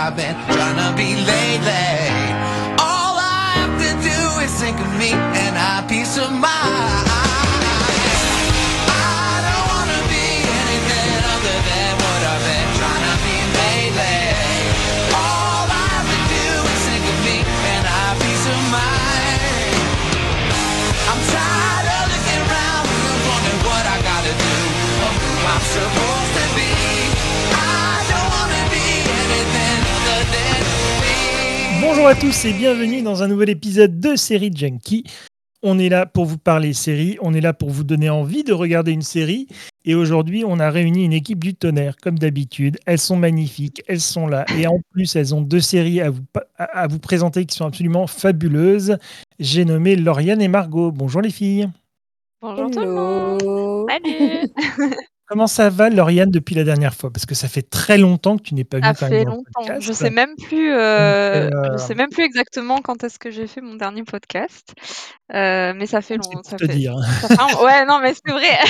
I've been trying to be lately. All I have to do is think of me and have peace of mind. I don't wanna be anything other than what I've been trying to be lately. All I have to do is think of me and have peace of mind. I'm tired of looking around and wondering what I gotta do or who I'm supposed to be. I don't wanna be anything other than me. Bonjour à tous et bienvenue dans un nouvel épisode de Série Junkie. On est là pour vous parler série, on est là pour vous donner envie de regarder une série. Et aujourd'hui, on a réuni une équipe du tonnerre, comme d'habitude. Elles sont magnifiques, elles sont là. Et en plus, elles ont deux séries à vous présenter qui sont absolument fabuleuses. J'ai nommé Lauriane et Margot. Bonjour les filles. Bonjour tout le monde. Salut. Comment ça va, Lauriane, depuis la dernière fois? Parce que ça fait très longtemps que tu n'es pas venue Ça quand même fait dans le longtemps. podcast. Je sais même plus, je sais même plus exactement quand est-ce que j'ai fait mon dernier podcast. Mais ça fait C'est longtemps. pour Ça te fait, dire. ça fait ouais, non, mais c'est vrai.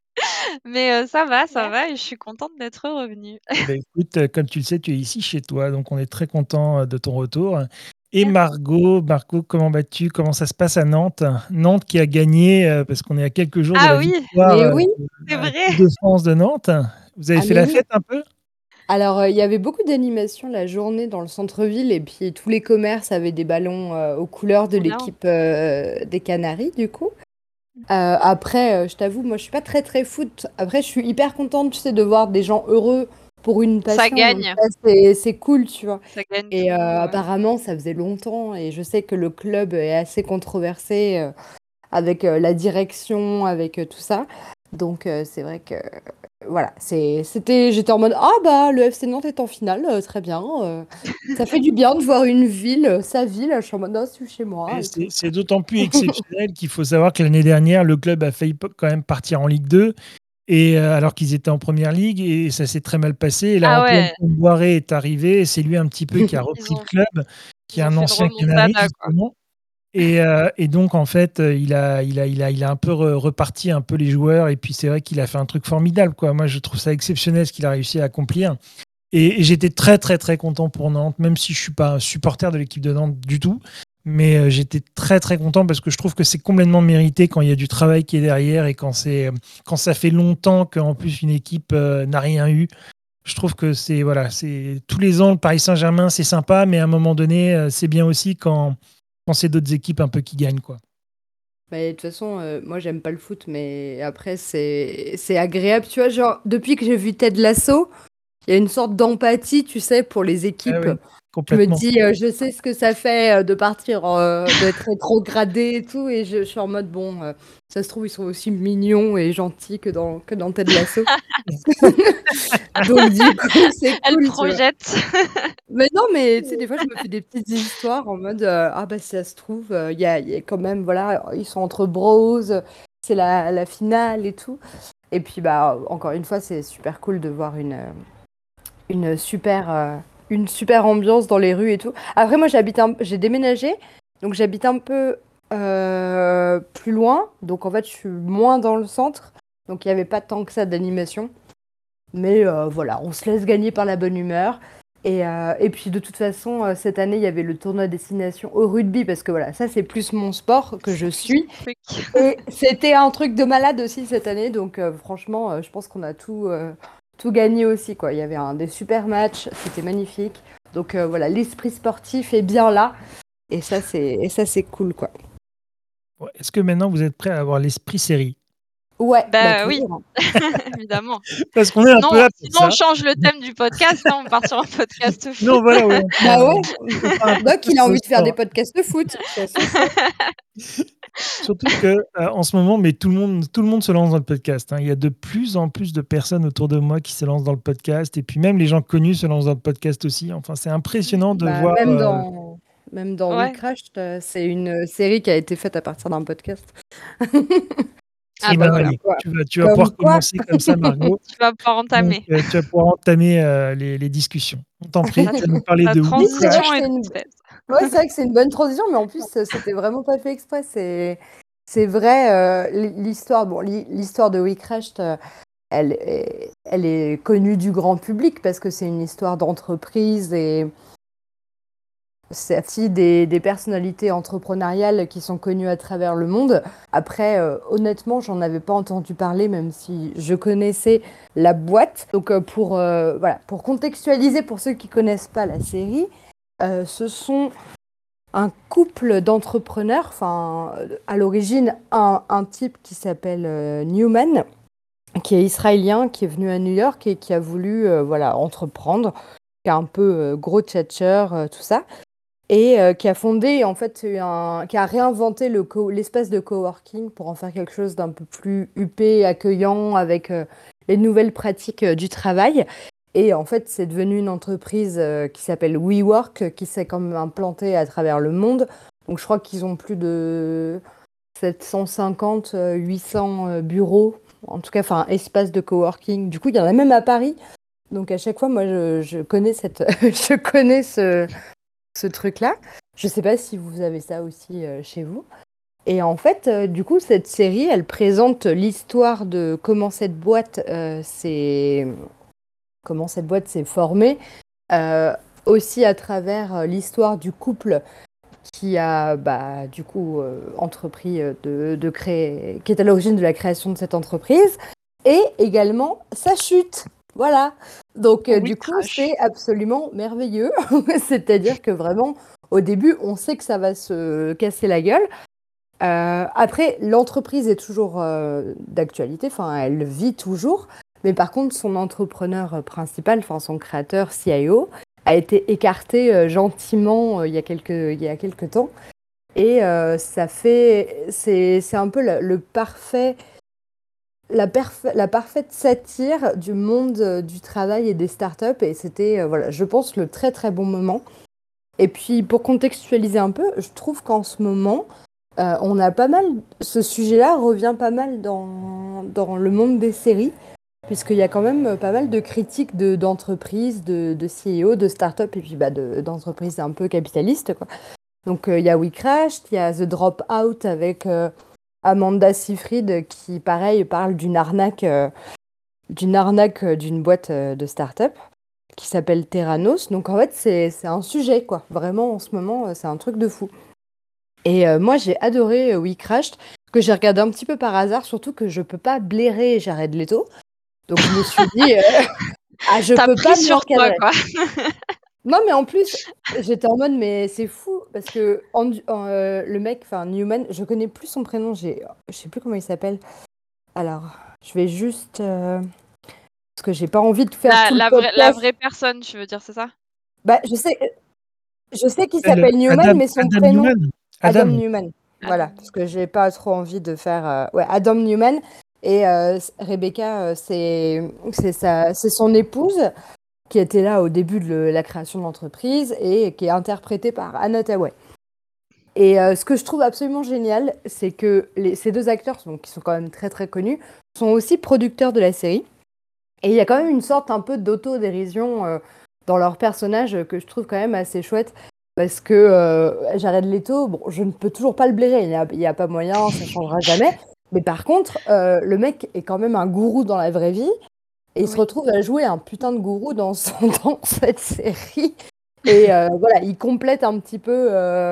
Mais ça va et je suis contente d'être revenue. Ben écoute, comme tu le sais, tu es ici chez toi, donc on est très content de ton retour. Et Merci. Margot, comment vas-tu? Comment ça se passe à Nantes? Nantes qui a gagné, parce qu'on est à quelques jours de Ah la oui, victoire Mais oui, de c'est la vrai. Coupe de France de Nantes. Vous avez ah fait mais la oui. fête un peu? Alors, il y avait beaucoup d'animations la journée dans le centre-ville et puis tous les commerces avaient des ballons aux couleurs de Trop bien. l'équipe des Canaries, du coup. Après, je t'avoue, moi, je suis pas très très foot. Après, je suis hyper contente, tu sais, de voir des gens heureux pour une Ça passion. Donc gagne. ça, c'est cool, tu vois. Ça gagne tout Et le monde, ouais. apparemment, ça faisait longtemps et je sais que le club est assez controversé avec la direction, avec tout ça. Donc, c'est vrai que voilà, j'étais en mode ah bah le FC Nantes est en finale, très bien. Ça fait du bien de voir une ville, sa ville. Je suis en mode non, c'est chez moi Et et tout. c'est d'autant plus exceptionnel qu'il faut savoir que l'année dernière, le club a failli quand même partir en Ligue 2, et alors qu'ils étaient en première ligue, et ça s'est très mal passé. Et là, Ah Antoine ouais, Boiré est arrivé, et c'est lui un petit peu qui a ils repris le ont, club, qui ils est ont un fait une ancien Canari, remontada, quoi. justement. Et donc, en fait, il a un peu reparti un peu les joueurs. Et puis, c'est vrai qu'il a fait un truc formidable, quoi. Moi, je trouve ça exceptionnel ce qu'il a réussi à accomplir. Et j'étais très, très, très content pour Nantes, même si je ne suis pas un supporter de l'équipe de Nantes du tout. Mais j'étais très, très content parce que je trouve que c'est complètement mérité quand il y a du travail qui est derrière et quand ça fait longtemps qu'en plus une équipe n'a rien eu. Je trouve que c'est tous les ans le Paris Saint-Germain, c'est sympa, mais à un moment donné, c'est bien aussi quand c'est d'autres équipes un peu qui gagnent, quoi. Mais de toute façon, moi j'aime pas le foot, mais après c'est agréable, tu vois. Genre depuis que j'ai vu Ted Lasso, il y a une sorte d'empathie, tu sais, pour les Ah équipes. oui, Je me complètement. dis, je sais ce que ça fait de partir, d'être rétrogradé et tout, et je suis en mode bon, ça se trouve ils sont aussi mignons et gentils que dans Ted Lasso. Donc du coup c'est Elle cool, tu vois. projette. Mais non, mais tu sais, des fois, je me fais des petites histoires en mode ah bah si ça se trouve, il y a quand même, voilà, ils sont entre bros, c'est la finale et tout. Et puis, bah, encore une fois, c'est super cool de voir une super ambiance dans les rues et tout. Après, moi, j'ai déménagé, donc j'habite un peu plus loin, donc en fait, je suis moins dans le centre, donc il n'y avait pas tant que ça d'animation. Mais voilà, on se laisse gagner par la bonne humeur. Et puis de toute façon, cette année, il y avait le tournoi destination au rugby, parce que voilà, ça c'est plus mon sport que je suis. Truc. Et c'était un truc de malade aussi cette année, donc franchement, je pense qu'on a tout gagné aussi, quoi. Il y avait des super matchs, c'était magnifique. Donc voilà, l'esprit sportif est bien là, et ça c'est cool, quoi. Ouais, est-ce que maintenant vous êtes prêts à avoir l'esprit série? Ouais, Bah oui, toujours, hein. évidemment. Parce qu'on est un peu là pour Sinon on ça. change le thème du podcast, hein, on part sur un podcast foot. Non, voilà, ouais, Bah ouais, on peut faire un Doc, podcast il a sur le envie de faire des sport. podcasts de foot, ça c'est sûr. Surtout que en ce moment, mais tout le monde se lance dans le podcast, hein. Il y a de plus en plus de personnes autour de moi qui se lancent dans le podcast, et puis même les gens connus se lancent dans le podcast aussi. Enfin, c'est impressionnant de Bah, voir. même dans Ouais. We Crashed, c'est une série qui a été faite à partir d'un podcast. Ah Eh bah ben, voilà, allez, Quoi. tu vas Comme pouvoir quoi. commencer comme ça, Margot. tu vas pouvoir Donc, entamer. tu vas pouvoir entamer les discussions. On t'en prie, tu vas nous parler La de Oui, c'est vrai transition que est c'est toute une... faite. ouais, c'est vrai que c'est une bonne transition, mais en plus, c'était vraiment pas fait exprès. C'est vrai, l'histoire de We Crashed, elle est connue du grand public parce que c'est une histoire d'entreprise et c'est aussi des personnalités entrepreneuriales qui sont connues à travers le monde. Après, honnêtement, j'en avais pas entendu parler, même si je connaissais la boîte. Donc, pour contextualiser, pour ceux qui connaissent pas la série, ce sont un couple d'entrepreneurs, enfin, à l'origine, un type qui s'appelle Newman, qui est israélien, qui est venu à New York et qui a voulu entreprendre, qui est un peu gros tchatcheur, tout ça. Et qui a fondé, en fait, qui a réinventé l'espace de coworking pour en faire quelque chose d'un peu plus huppé, accueillant, avec les nouvelles pratiques du travail. Et en fait, c'est devenu une entreprise qui s'appelle WeWork, qui s'est quand même implantée à travers le monde. Donc je crois qu'ils ont plus de 750, 800 bureaux, en tout cas, enfin, espace de coworking. Du coup, il y en a même à Paris. Donc à chaque fois, moi, je connais je connais ce truc-là. Je sais pas si vous avez ça aussi chez vous. Et en fait, du coup, cette série, elle présente l'histoire de comment cette boîte s'est formée, aussi à travers l'histoire du couple qui a du coup entrepris de créer, qui est à l'origine de la création de cette entreprise, et également sa chute. Voilà. Donc du coup, c'est absolument merveilleux. C'est-à-dire que vraiment, au début, on sait que ça va se casser la gueule. Après, l'entreprise est toujours d'actualité, enfin, elle vit toujours. Mais par contre, son entrepreneur principal, enfin son créateur, CIO, a été écarté gentiment il y a quelques temps. Et c'est un peu la parfaite satire du monde du travail et des startups. Et c'était, je pense, le très très bon moment. Et puis, pour contextualiser un peu, je trouve qu'en ce moment, on a pas mal, ce sujet-là revient pas mal dans le monde des séries, puisqu'il y a quand même pas mal de critiques d'entreprises, de CEO, de start-up et puis d'entreprises un peu capitalistes, quoi. Donc il y a We Crashed, il y a The Dropout avec Amanda Seyfried qui, pareil, parle d'une arnaque d'une boîte de start-up qui s'appelle Theranos. Donc en fait, c'est un sujet, quoi. Vraiment, en ce moment, c'est un truc de fou. Et moi, j'ai adoré We Crashed, que j'ai regardé un petit peu par hasard, surtout que je peux pas blairer Jared Leto. Donc je me suis dit, je peux pas me l'encadrer. Non, mais en plus, j'étais en mode, mais c'est fou, parce que le mec, enfin Newman, je connais plus son prénom, je sais plus comment il s'appelle. Alors, je vais juste... parce que j'ai pas envie de faire tout le podcast. La vraie personne, tu veux dire, c'est ça? Je sais qu'il s'appelle Newman, mais son prénom... Adam Newman. Voilà, parce que j'ai pas trop envie de faire... Adam Newman. Et Rebecca, c'est son épouse qui était là au début de la création de l'entreprise et qui est interprétée par Anna Hathaway. Et ce que je trouve absolument génial, c'est que ces deux acteurs, qui sont quand même très très connus, sont aussi producteurs de la série. Et il y a quand même une sorte un peu d'autodérision dans leur personnage que je trouve quand même assez chouette. Parce que Jared Leto, bon, je ne peux toujours pas le blairer, il n'y a pas moyen, ça ne changera jamais. Mais par contre, le mec est quand même un gourou dans la vraie vie. Et il se retrouve à jouer un putain de gourou dans cette série. Et il complète un petit peu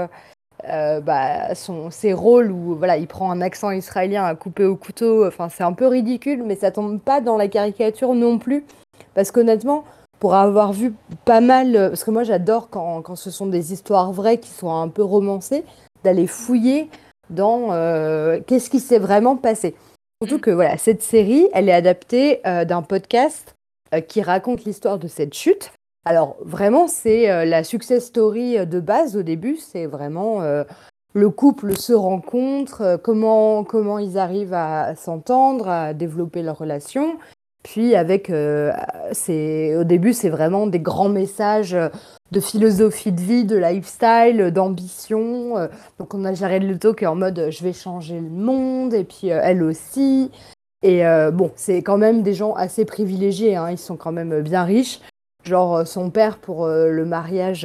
ses rôles où il prend un accent israélien à couper au couteau. Enfin, c'est un peu ridicule, mais ça tombe pas dans la caricature non plus. Parce qu'honnêtement, pour avoir vu pas mal... parce que moi, j'adore quand ce sont des histoires vraies qui sont un peu romancées, d'aller fouiller dans qu'est-ce qui s'est vraiment passé. Surtout que cette série, elle est adaptée d'un podcast qui raconte l'histoire de cette chute. Alors vraiment, c'est la success story de base au début. C'est vraiment le couple se rencontre, comment ils arrivent à s'entendre, à développer leur relation. Puis au début, c'est vraiment des grands messages de philosophie de vie, de lifestyle, d'ambition. Donc on a Jared Leto qui est en mode je vais changer le monde, et puis elle aussi. Et c'est quand même des gens assez privilégiés, hein, ils sont quand même bien riches. Genre son père pour le mariage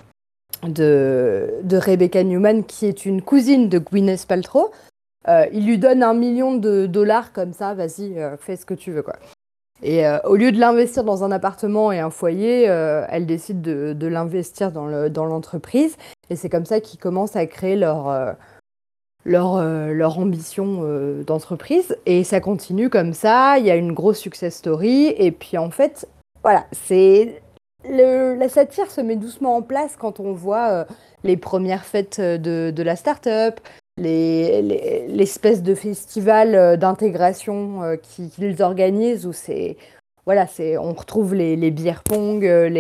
de Rebecca Newman, qui est une cousine de Gwyneth Paltrow. Il lui donne $1 million comme ça, vas-y, fais ce que tu veux, quoi. Et au lieu de l'investir dans un appartement et un foyer, elle décide de l'investir dans l'entreprise. Et c'est comme ça qu'ils commencent à créer leur ambition d'entreprise. Et ça continue comme ça. Il y a une grosse success story. Et puis en fait, voilà, la satire se met doucement en place quand on voit les premières fêtes de la start-up, l'espèce de festival d'intégration qu'ils organisent où on retrouve les beer pong,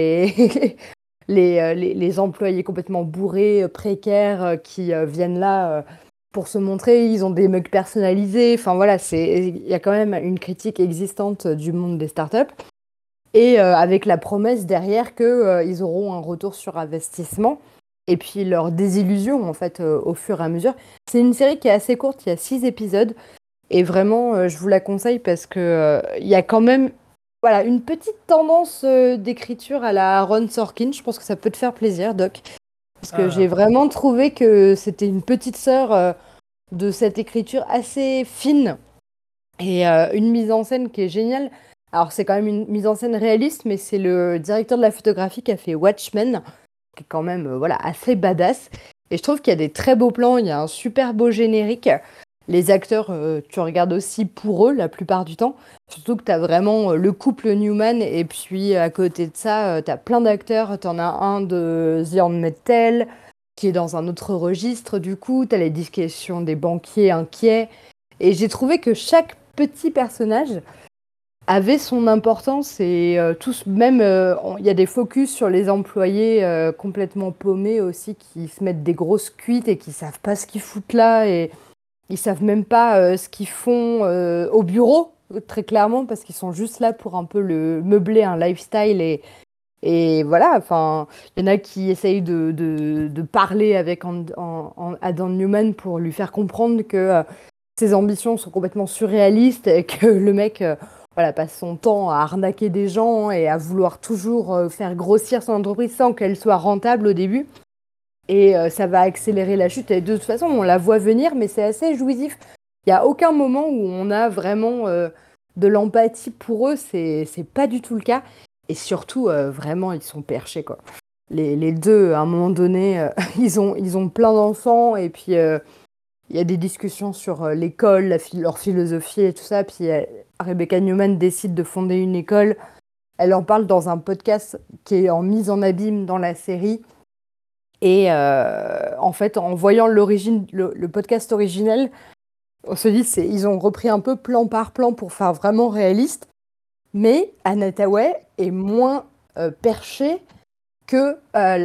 les employés complètement bourrés, précaires qui viennent là pour se montrer. Ils ont des mugs personnalisés. Enfin voilà, il y a quand même une critique existante du monde des startups. Et avec la promesse derrière qu'ils auront un retour sur investissement. Et puis leur désillusion, en fait, au fur et à mesure. C'est une série qui est assez courte, il y a 6 épisodes. Et vraiment, je vous la conseille parce que il y a quand même une petite tendance d'écriture à la Aaron Sorkin. Je pense que ça peut te faire plaisir, Doc. Parce que j'ai vraiment trouvé que c'était une petite sœur de cette écriture assez fine et une mise en scène qui est géniale. Alors, c'est quand même une mise en scène réaliste, mais c'est le directeur de la photographie qui a fait Watchmen, qui est quand même assez badass. Et je trouve qu'il y a des très beaux plans, il y a un super beau générique. Les acteurs, tu regardes aussi pour eux la plupart du temps. Surtout que tu as vraiment le couple Newman, et puis à côté de ça, tu as plein d'acteurs. Tu en as un de The Handmaid's Tale, qui est dans un autre registre du coup. Tu as les discussions des banquiers inquiets. Et j'ai trouvé que chaque petit personnage avait son importance et tous, même il y a des focus sur les employés complètement paumés aussi qui se mettent des grosses cuites et qui savent pas ce qu'ils foutent là et ils savent même pas ce qu'ils font au bureau très clairement parce qu'ils sont juste là pour un peu le meubler un lifestyle et voilà, enfin il y en a qui essayent de parler avec Adam Newman pour lui faire comprendre que ses ambitions sont complètement surréalistes et que le mec passe son temps à arnaquer des gens et à vouloir toujours faire grossir son entreprise sans qu'elle soit rentable au début. Et ça va accélérer la chute. Et de toute façon, on la voit venir, mais c'est assez jouissif. Il n'y a aucun moment où on a vraiment de l'empathie pour eux. C'est pas du tout le cas. Et surtout, vraiment, ils sont perchés, quoi. Les deux, à un moment donné, ils ont plein d'enfants et puis il y a des discussions sur l'école, leur philosophie et tout ça. Puis Rebecca Newman décide de fonder une école. Elle en parle dans un podcast qui est en mise en abîme dans la série. Et en fait, en voyant le podcast originel, on se dit ils ont repris un peu plan par plan pour faire vraiment réaliste. Mais Anna Hathaway est moins perchée que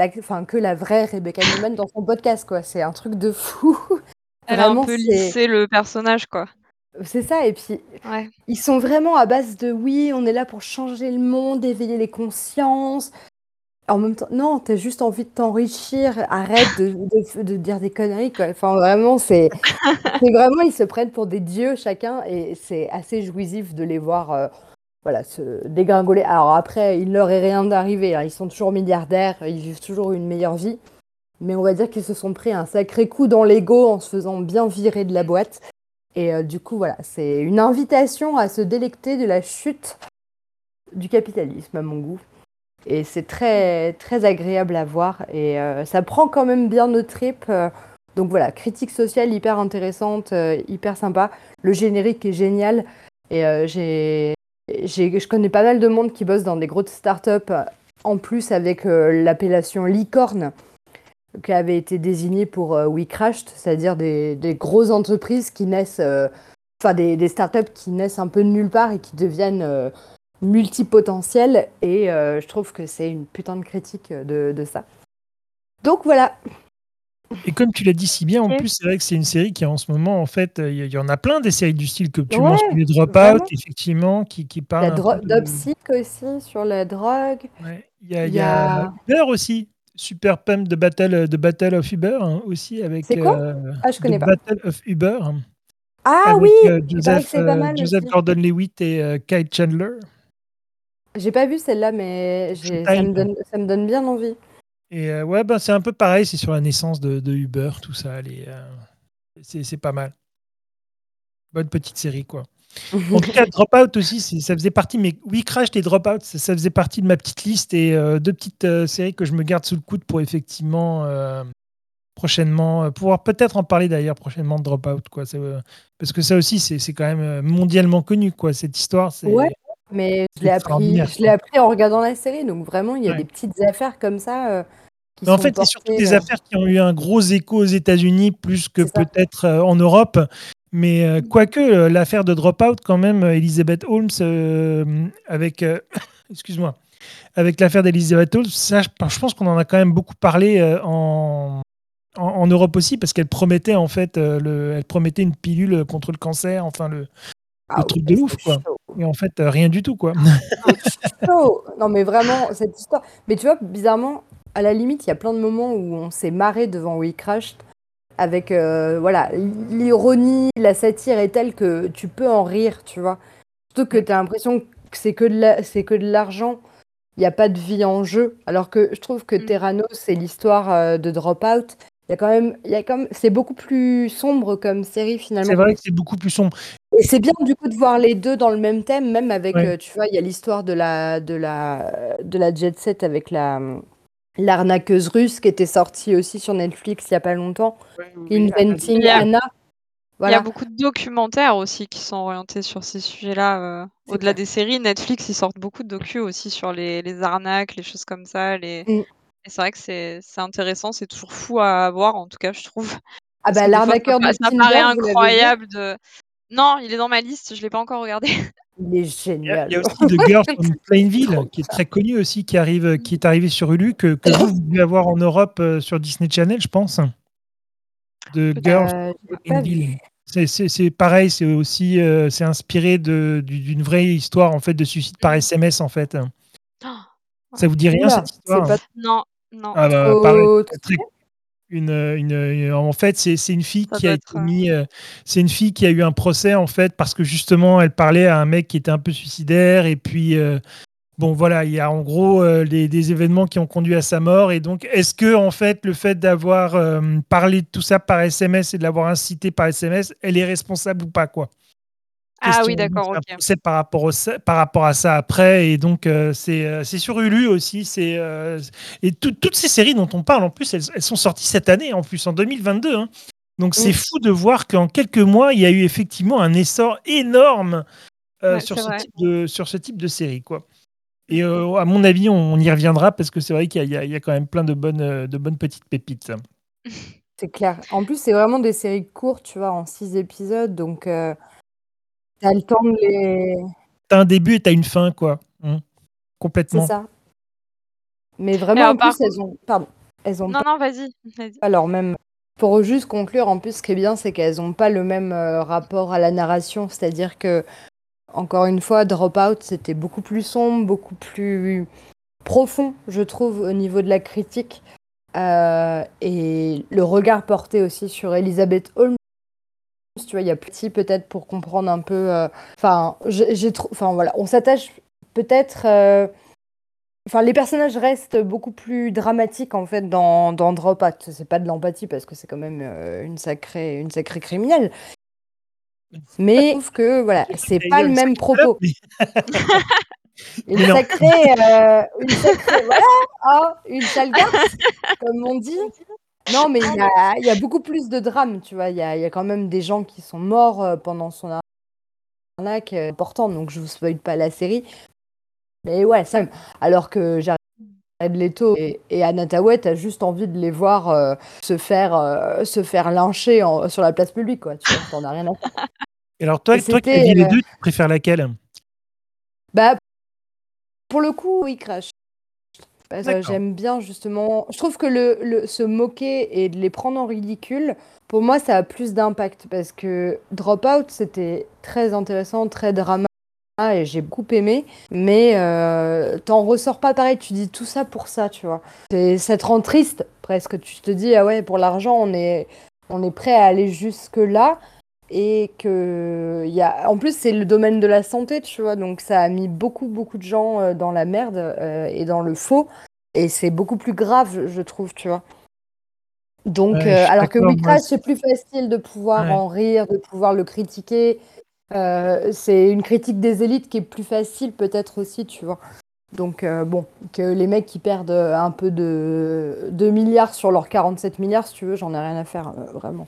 la vraie Rebecca Newman dans son podcast, quoi. C'est un truc de fou. Elle a un peu lissé le personnage, quoi. C'est ça, et puis ils sont vraiment à base de oui, on est là pour changer le monde, éveiller les consciences. En même temps, non, t'as juste envie de t'enrichir, arrête de dire des conneries, quoi. Enfin, vraiment, c'est vraiment, ils se prennent pour des dieux chacun, et c'est assez jouissif de les voir se dégringoler. Alors après, il leur est rien d'arrivé, hein. Ils sont toujours milliardaires, ils vivent toujours une meilleure vie. Mais on va dire qu'ils se sont pris un sacré coup dans l'ego en se faisant bien virer de la boîte. Et du coup, voilà, c'est une invitation à se délecter de la chute du capitalisme, à mon goût. Et c'est très, très agréable à voir. Et ça prend quand même bien nos tripes. Donc voilà, critique sociale hyper intéressante, hyper sympa. Le générique est génial. Et je connais pas mal de monde qui bosse dans des grosses startups, en plus avec l'appellation licorne, qui avait été désigné pour We Crashed, c'est-à-dire des grosses entreprises qui naissent, des startups qui naissent un peu de nulle part et qui deviennent multipotentielles. Et je trouve que c'est une putain de critique de ça. Donc voilà. Et comme tu l'as dit si bien, en plus, c'est vrai que c'est une série qui en ce moment, en fait, il y en a plein des séries du style que tu mentionnais, Dropout, effectivement, qui parlent Dopsic aussi, sur la drogue. Ouais. Il y a Uber aussi. Super Pump de Battle of Uber aussi avec c'est quoi je connais The pas. Battle of Uber. Ah avec, oui, Joseph pas mal Gordon-Levitt et Kyle Chandler. J'ai pas vu celle-là, mais ça me donne bien envie. Et c'est un peu pareil, c'est sur la naissance de Uber, tout ça. C'est pas mal. Bonne petite série, quoi. En tout cas, Dropout aussi, ça faisait partie, mais We Crashed et Dropout, ça faisait partie de ma petite liste et deux petites séries que je me garde sous le coude pour effectivement prochainement pouvoir peut-être en parler d'ailleurs prochainement de Dropout, quoi. Parce que ça aussi, c'est quand même mondialement connu, quoi. Cette histoire, Ouais, c'est mais c'est extraordinaire, je l'ai quoi. appris en regardant la série, donc vraiment, il y a Ouais. des petites affaires comme ça qui Mais en sont fait, c'est surtout portées. des affaires qui ont eu un gros écho aux États-Unis plus que C'est ça. peut-être en Europe. Mais quoique l'affaire de Dropout, quand même, Elizabeth Holmes, avec, excuse-moi, avec l'affaire d'Elizabeth Holmes, ça, je pense qu'on en a quand même beaucoup parlé en Europe aussi, parce qu'elle promettait en fait, elle promettait une pilule contre le cancer, enfin le Ah truc de ouais, ouf, c'est quoi. chaud. Et en fait, rien du tout, quoi. C'est chaud. Non, mais vraiment, cette histoire. Mais tu vois, bizarrement, à la limite, il y a plein de moments où on s'est marré devant We Crashed avec voilà, l'ironie, la satire est telle que tu peux en rire, tu vois. Surtout que tu as l'impression que c'est que de l'argent, il n'y a pas de vie en jeu. Alors que je trouve que Terranos, c'est l'histoire de Dropout. Il y a quand même, c'est beaucoup plus sombre comme série C'est finalement. vrai que c'est beaucoup plus sombre. Et c'est bien du coup de voir les deux dans le même thème, même avec, Ouais. tu vois, il y a l'histoire de la jet set avec l'arnaqueuse russe qui était sortie aussi sur Netflix il n'y a pas longtemps. Inventing Il y a, Anna. il y a Voilà, beaucoup de documentaires aussi qui sont orientés sur ces sujets-là. c'est Au-delà clair. des séries, Netflix, ils sortent beaucoup de docus aussi sur les arnaques, les choses comme ça. Mm. Et c'est vrai que c'est intéressant, c'est toujours fou à voir, en tout cas, je trouve. Ah Parce bah que des fois, l'arnaqueur de ça paraît Tinder, vous l'avez vu? incroyable de... Non, il est dans ma liste, je l'ai pas encore regardé. Il est Il y a génial. aussi The Girl from C'est Plainville, trop qui est bien. très connu aussi, qui est arrivé sur Hulu, que vous devez avoir en Europe sur Disney Channel, je pense. The Girl J'ai from pas vu. Plainville. C'est pareil, c'est aussi c'est inspiré d'une vraie histoire en fait de suicide par SMS en fait. Oh, Ça vous dit rien Oula, cette c'est histoire? pas non, non, Ah bah pareil, trop très, stylé. en fait, c'est une fille ça qui a doit été être... c'est une fille qui a eu un procès en fait parce que justement elle parlait à un mec qui était un peu suicidaire et puis bon voilà, il y a en gros des événements qui ont conduit à sa mort et donc est-ce que en fait le fait d'avoir parlé de tout ça par SMS et de l'avoir incité par SMS, elle est responsable ou pas quoi? Ah Question. oui, Donc, d'accord, c'est un ok. procès par rapport à ça après. Et donc, c'est sur Hulu aussi. Et toutes ces séries dont on parle, en plus, elles sont sorties cette année, en plus, en 2022. Hein. Donc, c'est Mm. fou de voir qu'en quelques mois, il y a eu effectivement un essor énorme Ouais, c'est vrai. sur ce type de série, quoi. Et à mon avis, on y reviendra parce que c'est vrai qu'il y a quand même plein de bonnes petites pépites. C'est clair. En plus, c'est vraiment des séries courtes, tu vois, en 6 épisodes, donc t'as le temps de les... T'as un début et t'as une fin, quoi. C'est Complètement. ça. Mais Et vraiment, alors, en par plus, contre... elles ont Non, pas non, vas-y. Vas-y. leur même... Pour juste conclure, en plus, ce qui est bien, c'est qu'elles ont pas le même rapport à la narration. C'est-à-dire que, encore une fois, Dropout, c'était beaucoup plus sombre, beaucoup plus profond, je trouve, au niveau de la critique. Et le regard porté aussi sur Elizabeth Holmes, tu vois, il y a petit peut-être pour comprendre un peu. Enfin, enfin voilà, on s'attache peut-être. Enfin, les personnages restent beaucoup plus dramatiques en fait dans Dropout. C'est pas de l'empathie parce que c'est quand même une sacrée criminelle. Mais je trouve que voilà, c'est J'allais pas dire le une même sacrée salope, propos. mais Une mais non. une sacrée, voilà, hein, une sale garce, comme on dit. Non, mais il y a beaucoup plus de drame, tu vois. Il y a quand même des gens qui sont morts pendant son arnaque, important, donc je vous spoil pas la série. Mais ouais, ça, alors que Jared Leto et Anna Tawai, t'as juste envie de les voir se faire lyncher sur la place publique, quoi. Tu vois, t'en as rien à faire. Et alors, Et toi qui as c'était, vu les deux, tu préfères laquelle? bah, pour le coup, oui, Crash. D'accord. J'aime bien justement. Je trouve que se moquer et de les prendre en ridicule, pour moi, ça a plus d'impact parce que Dropout, c'était très intéressant, très drama et j'ai beaucoup aimé. Mais t'en ressors pas pareil. Tu dis tout ça pour ça, tu vois. Ça te rend triste presque. Tu te dis, ah ouais, pour l'argent, on est prêt à aller jusque-là. Et en plus, c'est le domaine de la santé, tu vois, donc ça a mis beaucoup, beaucoup de gens dans la merde et dans le faux. Et c'est beaucoup plus grave, je trouve, tu vois. Donc, Ouais, je suis alors que d'accord, We moi. Crash, c'est plus facile de pouvoir Ouais. en rire, de pouvoir le critiquer. C'est une critique des élites qui est plus facile peut-être aussi, tu vois. Donc bon, que les mecs qui perdent un peu de milliards sur leurs 47 milliards, si tu veux, j'en ai rien à faire, vraiment.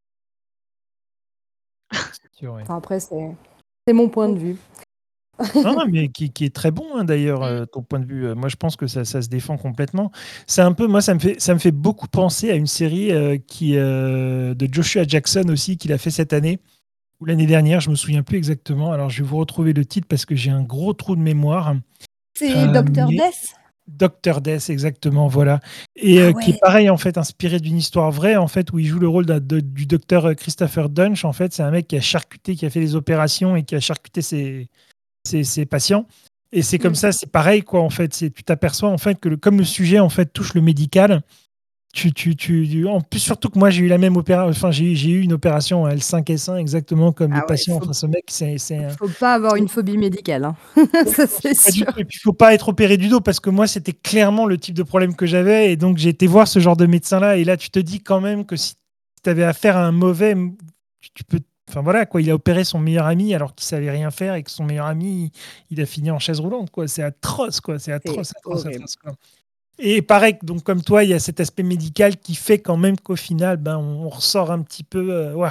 C'est sûr, ouais. Enfin, après, c'est mon point de vue. Non, mais qui est très bon, hein, d'ailleurs, ton point de vue. Moi, je pense que ça se défend complètement. C'est un peu, moi, ça me fait beaucoup penser à une série de Joshua Jackson aussi, qu'il a fait cette année ou l'année dernière, je me souviens plus exactement. Alors, je vais vous retrouver le titre parce que j'ai un gros trou de mémoire. C'est Docteur Mais Death? Dr. Death, exactement, voilà. Et Ah qui est ouais. pareil, en fait, inspiré d'une histoire vraie, en fait, où il joue le rôle du docteur Christopher Dunch. En fait, c'est un mec qui a charcuté, qui a fait des opérations et qui a charcuté ses patients. Et c'est comme Mm. ça, c'est pareil, quoi, en fait. Tu t'aperçois, en fait, que comme le sujet, en fait, touche le médical, en plus, surtout que moi, j'ai eu la même opération, enfin, j'ai eu une opération à L5S1, exactement comme les Ah ouais, patients. Enfin, ce mec, faut pas avoir une phobie médicale, hein. Ça, c'est pas du sûr. tout. Et puis, il faut pas être opéré du dos parce que moi, c'était clairement le type de problème que j'avais. Et donc, j'ai été voir ce genre de médecin-là. Et là, tu te dis quand même que si tu avais affaire à un mauvais, tu peux. Enfin voilà, quoi. Il a opéré son meilleur ami alors qu'il savait rien faire et que son meilleur ami, il a fini en chaise roulante, quoi. C'est atroce, quoi. C'est C'est atroce, atroce, horrible. atroce, quoi. Et pareil, donc comme toi, il y a cet aspect médical qui fait quand même qu'au final, ben, on ressort un petit peu, ouais,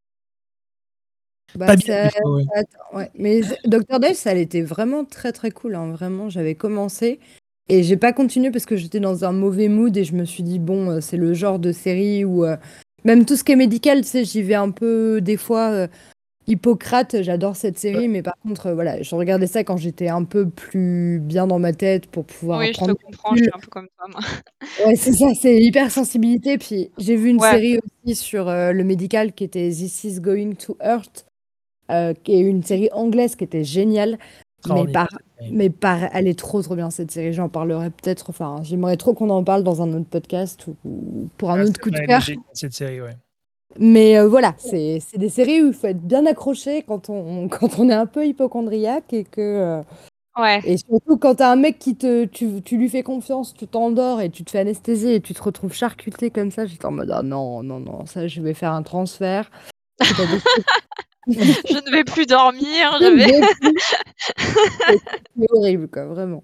Bah, pas bien des fois, ouais. ouais. Mais Docteur Death, ça, elle était vraiment très très cool, hein. Vraiment, j'avais commencé et j'ai pas continué parce que j'étais dans un mauvais mood et je me suis dit, bon, c'est le genre de série où même tout ce qui est médical, tu sais, j'y vais un peu des fois. Hippocrate, j'adore cette série, mais par contre, voilà, je regardais ça quand j'étais un peu plus bien dans ma tête pour pouvoir Oui, je te prendre du comprends, je recul. suis un peu comme toi, moi. Ouais, c'est ça, c'est hypersensibilité. Puis j'ai vu une Ouais, série aussi sur le médical qui était This is Going to Hurt, qui est une série anglaise qui était géniale. Mais Extraordinaire, par, cette série. elle est trop trop bien cette série. J'en parlerai peut-être. Enfin, j'aimerais trop qu'on en parle dans un autre podcast ou pour un Ah, autre c'est coup de vrai, elle est cœur. géniale, cette série, ouais. Mais voilà, c'est des séries où il faut être bien accroché quand on, quand on est un peu hypochondriaque et que. ouais. Et surtout quand t'as un mec tu lui fais confiance, tu t'endors et tu te fais anesthésier et tu te retrouves charcuté comme ça, j'étais en mode ah non, non, non, ça je vais faire un transfert. C'est pas possible. Je ne vais plus dormir, Je je ne vais. vais plus. C'est horrible, quoi, vraiment.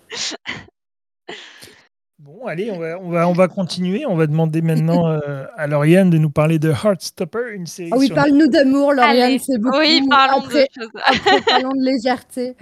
Bon, allez, on va continuer. On va demander maintenant à Lauriane de nous parler de Heartstopper, une Ah série oui, sur parle-nous d'amour, Lauriane, Allez, c'est oui, beaucoup. parlons de Après, choses. après parlons de légèreté.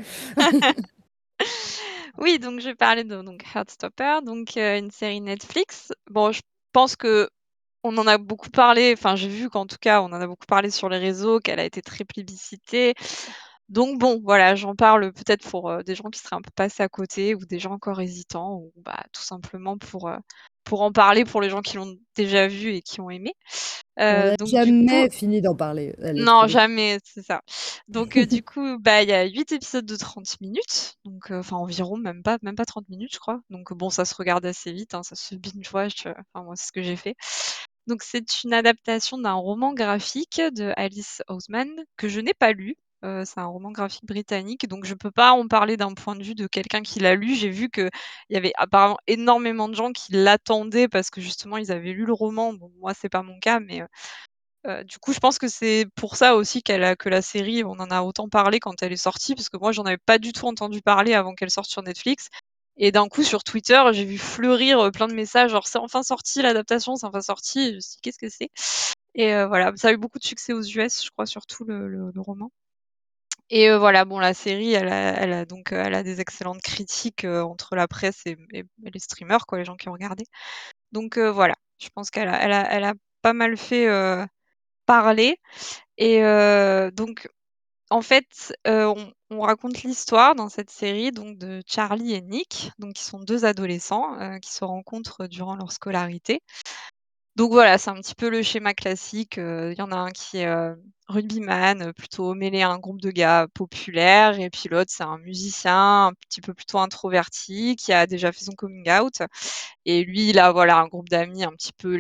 Oui, donc je vais parler de donc Heartstopper, donc une série Netflix. Bon, je pense que on en a beaucoup parlé, enfin j'ai vu qu'en tout cas on en a beaucoup parlé sur les réseaux, qu'elle a été très plébiscitée. Donc bon, voilà, j'en parle peut-être pour des gens qui seraient un peu passés à côté ou des gens encore hésitants ou bah, tout simplement pour en parler pour les gens qui l'ont déjà vu et qui ont aimé. On n'a Donc du coup, jamais fini d'en parler. Elle est trop non, bien. jamais, c'est ça. Donc du coup, bah, il y a 8 épisodes de 30 minutes, donc enfin environ, même pas 30 minutes, je crois. Donc bon, ça se regarde assez vite, hein, ça se binge-watch, enfin moi, c'est ce que j'ai fait. Donc c'est une adaptation d'un roman graphique de Alice Oseman que je n'ai pas lu. C'est un roman graphique britannique, donc je peux pas en parler d'un point de vue de quelqu'un qui l'a lu. J'ai vu qu'il y avait apparemment énormément de gens qui l'attendaient parce que justement ils avaient lu le roman. Bon, moi, c'est pas mon cas, mais du coup, je pense que c'est pour ça aussi que la série, on en a autant parlé quand elle est sortie, parce que moi, j'en avais pas du tout entendu parler avant qu'elle sorte sur Netflix. Et d'un coup, sur Twitter, j'ai vu fleurir plein de messages, genre c'est enfin sorti l'adaptation, c'est enfin sorti. Et je me suis dit, qu'est-ce que c'est? Et voilà, ça a eu beaucoup de succès aux US, je crois, surtout le roman. Et voilà, bon, la série, elle a des excellentes critiques entre la presse et les streamers, quoi, les gens qui ont regardé. Donc voilà, je pense qu'elle a pas mal fait parler. Et donc, en fait, on raconte l'histoire dans cette série donc de Charlie et Nick, donc qui sont 2 adolescents, qui se rencontrent durant leur scolarité. Donc voilà, c'est un petit peu le schéma classique, il y en a un qui est, rugbyman, plutôt mêlé à un groupe de gars populaires et puis l'autre, c'est un musicien un petit peu plutôt introverti qui a déjà fait son coming out et lui, il a voilà un groupe d'amis un petit peu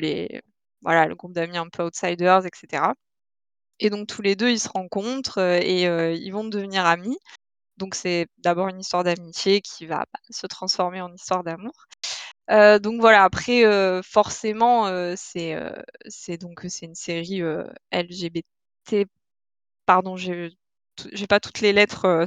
le groupe d'amis un peu outsiders et cetera. Et donc tous les 2, ils se rencontrent, et ils vont devenir amis. Donc c'est d'abord une histoire d'amitié qui va, bah, se transformer en histoire d'amour. Donc voilà, après, forcément, c'est une série, LGBT pardon, j'ai pas toutes les lettres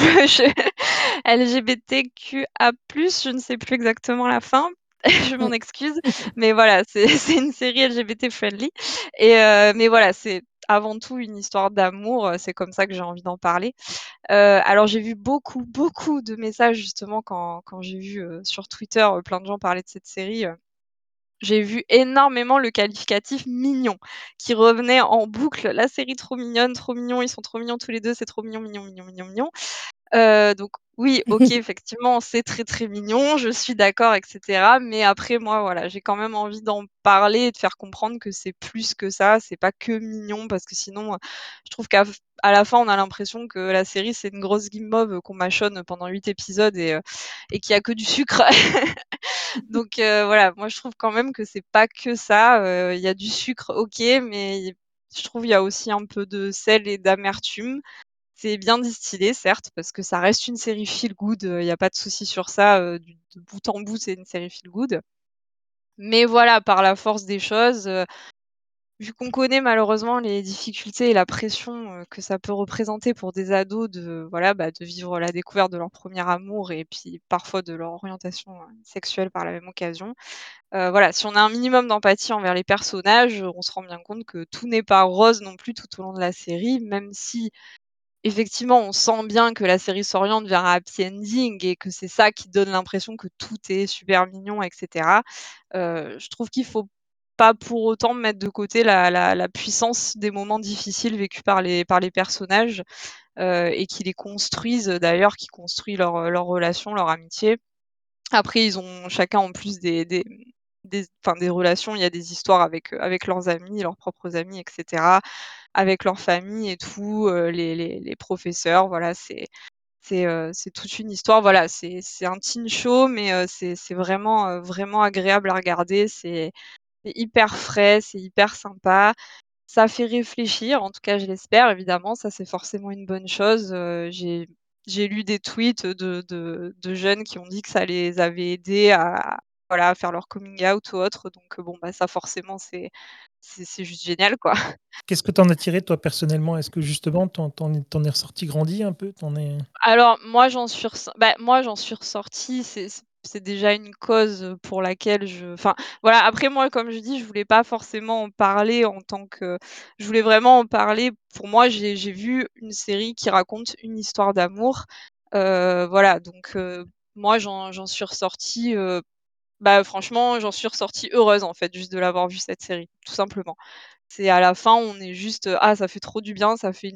LGBTQA+, je ne sais plus exactement la fin. Je m'en excuse, mais voilà, c'est une série LGBT friendly. Mais voilà, c'est avant tout une histoire d'amour. C'est comme ça que j'ai envie d'en parler. Alors j'ai vu beaucoup, beaucoup de messages justement quand j'ai vu sur Twitter plein de gens parler de cette série. J'ai vu énormément le qualificatif mignon qui revenait en boucle. La série trop mignonne, trop mignon, ils sont trop mignons tous les deux, c'est trop mignon, mignon, mignon, mignon, mignon. Donc oui, OK, effectivement, c'est très, très mignon, je suis d'accord et cetera. Mais après moi, voilà, j'ai quand même envie d'en parler et de faire comprendre que c'est plus que ça, c'est pas que mignon parce que sinon, je trouve qu'à la fin, on a l'impression que la série, c'est une grosse guimauve qu'on mâchonne pendant 8 épisodes et qu'il y a que du sucre. Donc voilà, moi je trouve quand même que c'est pas que ça, il y a du sucre, OK, mais je trouve il y a aussi un peu de sel et d'amertume. C'est bien distillé certes, parce que ça reste une série feel good, il y a pas de souci sur ça, de bout en bout, c'est une série feel good. Mais voilà, par la force des choses, vu qu'on connaît malheureusement les difficultés et la pression, que ça peut représenter pour des ados de voilà, bah, de vivre la découverte de leur premier amour et puis parfois de leur orientation, sexuelle par la même occasion. Voilà, si on a un minimum d'empathie envers les personnages, on se rend bien compte que tout n'est pas rose non plus tout au long de la série, même si effectivement, on sent bien que la série s'oriente vers un happy ending et que c'est ça qui donne l'impression que tout est super mignon et cetera. Je trouve qu'il faut pas pour autant mettre de côté la puissance des moments difficiles vécus par les personnages, et qui les construisent, d'ailleurs, qui construit leur relation, leur amitié. Après, ils ont chacun en plus des relations, il y a des histoires avec leurs amis, leurs propres amis et cetera, avec leur famille et tout, les professeurs, voilà, c'est toute une histoire. Voilà, c'est un teen show, mais c'est vraiment, vraiment agréable à regarder. C'est hyper frais, c'est hyper sympa. Ça fait réfléchir, en tout cas je l'espère évidemment, ça c'est forcément une bonne chose. J'ai lu des tweets de jeunes qui ont dit que ça les avait aidés à voilà, à faire leur coming out ou autre, donc bon, bah, ça forcément c'est juste génial, quoi. Qu'est-ce que tu en as tiré toi personnellement? Est-ce que justement tu en es ressorti grandi un peu? Tu es Alors moi j'en suis ressortie, c'est déjà une cause, pour laquelle enfin, voilà, après moi, comme je dis, je voulais pas forcément en parler en tant que je voulais vraiment en parler pour moi, j'ai vu une série qui raconte une histoire d'amour, voilà, donc moi j'en suis ressortie, bah, franchement, j'en suis ressortie heureuse, en fait, juste de l'avoir vue cette série, tout simplement. C'est à la fin, on est juste, «Ah ça fait trop du bien,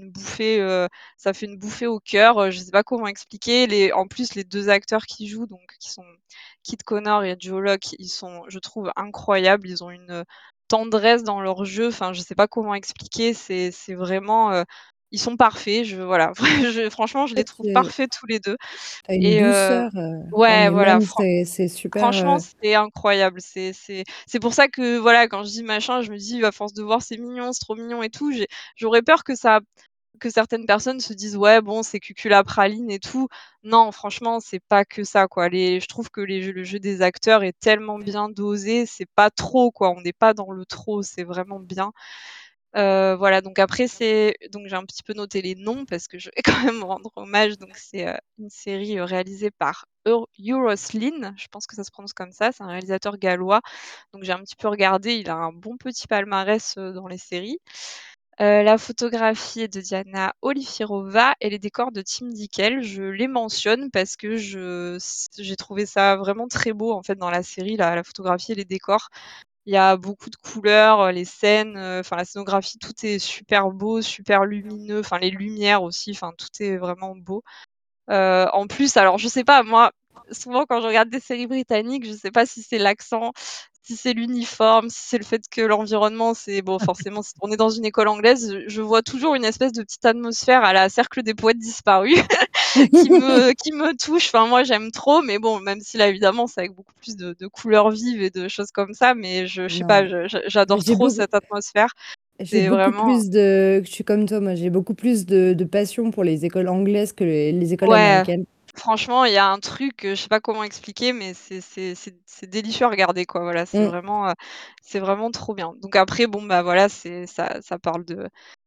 ça fait une bouffée au cœur», je sais pas comment expliquer. En plus, les 2 acteurs qui jouent, donc qui sont Kit Connor et Joe Locke, ils sont, je trouve, incroyables. Ils ont une, tendresse dans leur jeu, enfin, je sais pas comment expliquer. C'est vraiment, ils sont parfaits. Voilà, franchement, je les fait, trouve parfaits tous les 2 tu as une et douceur, dans ouais, les voilà, mêmes, c'est super, franchement, c'est incroyable. C'est pour ça que, voilà, quand je dis machin, je me dis à force de voir c'est mignon, c'est trop mignon et tout, j'aurais peur que certaines personnes se disent: «Ouais, bon, c'est cuculapraline et tout». Non, franchement, c'est pas que ça, quoi. Je trouve que le jeu des acteurs est tellement bien dosé, c'est pas trop, quoi. On n'est pas dans le trop, c'est vraiment bien. Voilà, donc après donc j'ai un petit peu noté les noms parce que je vais quand même rendre hommage. Donc c'est, une série, réalisée par Euros Lyn, je pense que ça se prononce comme ça, c'est un réalisateur gallois. Donc j'ai un petit peu regardé, il a un bon petit palmarès, dans les séries. La photographie est de Diana Olifirova et les décors de Tim Dickel. Je les mentionne parce que j'ai trouvé ça vraiment très beau, en fait, dans la série, la photographie et les décors. Il y a beaucoup de couleurs, les scènes, enfin la scénographie, tout est super beau, super lumineux, enfin les lumières aussi, enfin tout est vraiment beau. En plus, alors je sais pas, moi, souvent quand je regarde des séries britanniques, je sais pas si c'est l'accent, si c'est l'uniforme, si c'est le fait que l'environnement, c'est bon, forcément, on est dans une école anglaise, je vois toujours une espèce de petite atmosphère à la Cercle des poètes disparus qui me touche. Enfin, moi, j'aime trop, mais bon, même si là, évidemment, c'est avec beaucoup plus de couleurs vives et de choses comme ça, mais je sais pas, non, mais j'adore trop cette atmosphère. j'ai C'est beaucoup vraiment plus de je suis comme toi, moi, j'ai beaucoup plus de passion pour les écoles anglaises que les écoles ouais, américaines. franchement, il y a un truc, je sais pas comment expliquer, mais c'est délicieux à regarder, quoi. Voilà, c'est vraiment trop bien. Donc après, bon, bah, voilà, ça parle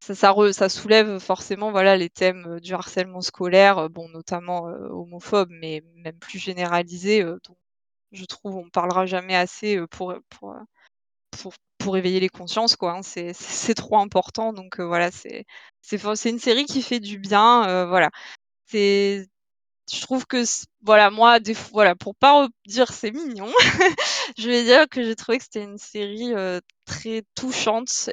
ça soulève forcément, voilà, les thèmes, du harcèlement scolaire, bon, notamment, homophobe, mais même plus généralisé, dont je trouve on parlera jamais assez, pour éveiller les consciences, quoi, hein. C'est trop important, donc voilà, c'est une série qui fait du bien, voilà. C'est Je trouve que voilà, moi, voilà, pour pas dire c'est mignon, je vais dire que j'ai trouvé que c'était une série, très touchante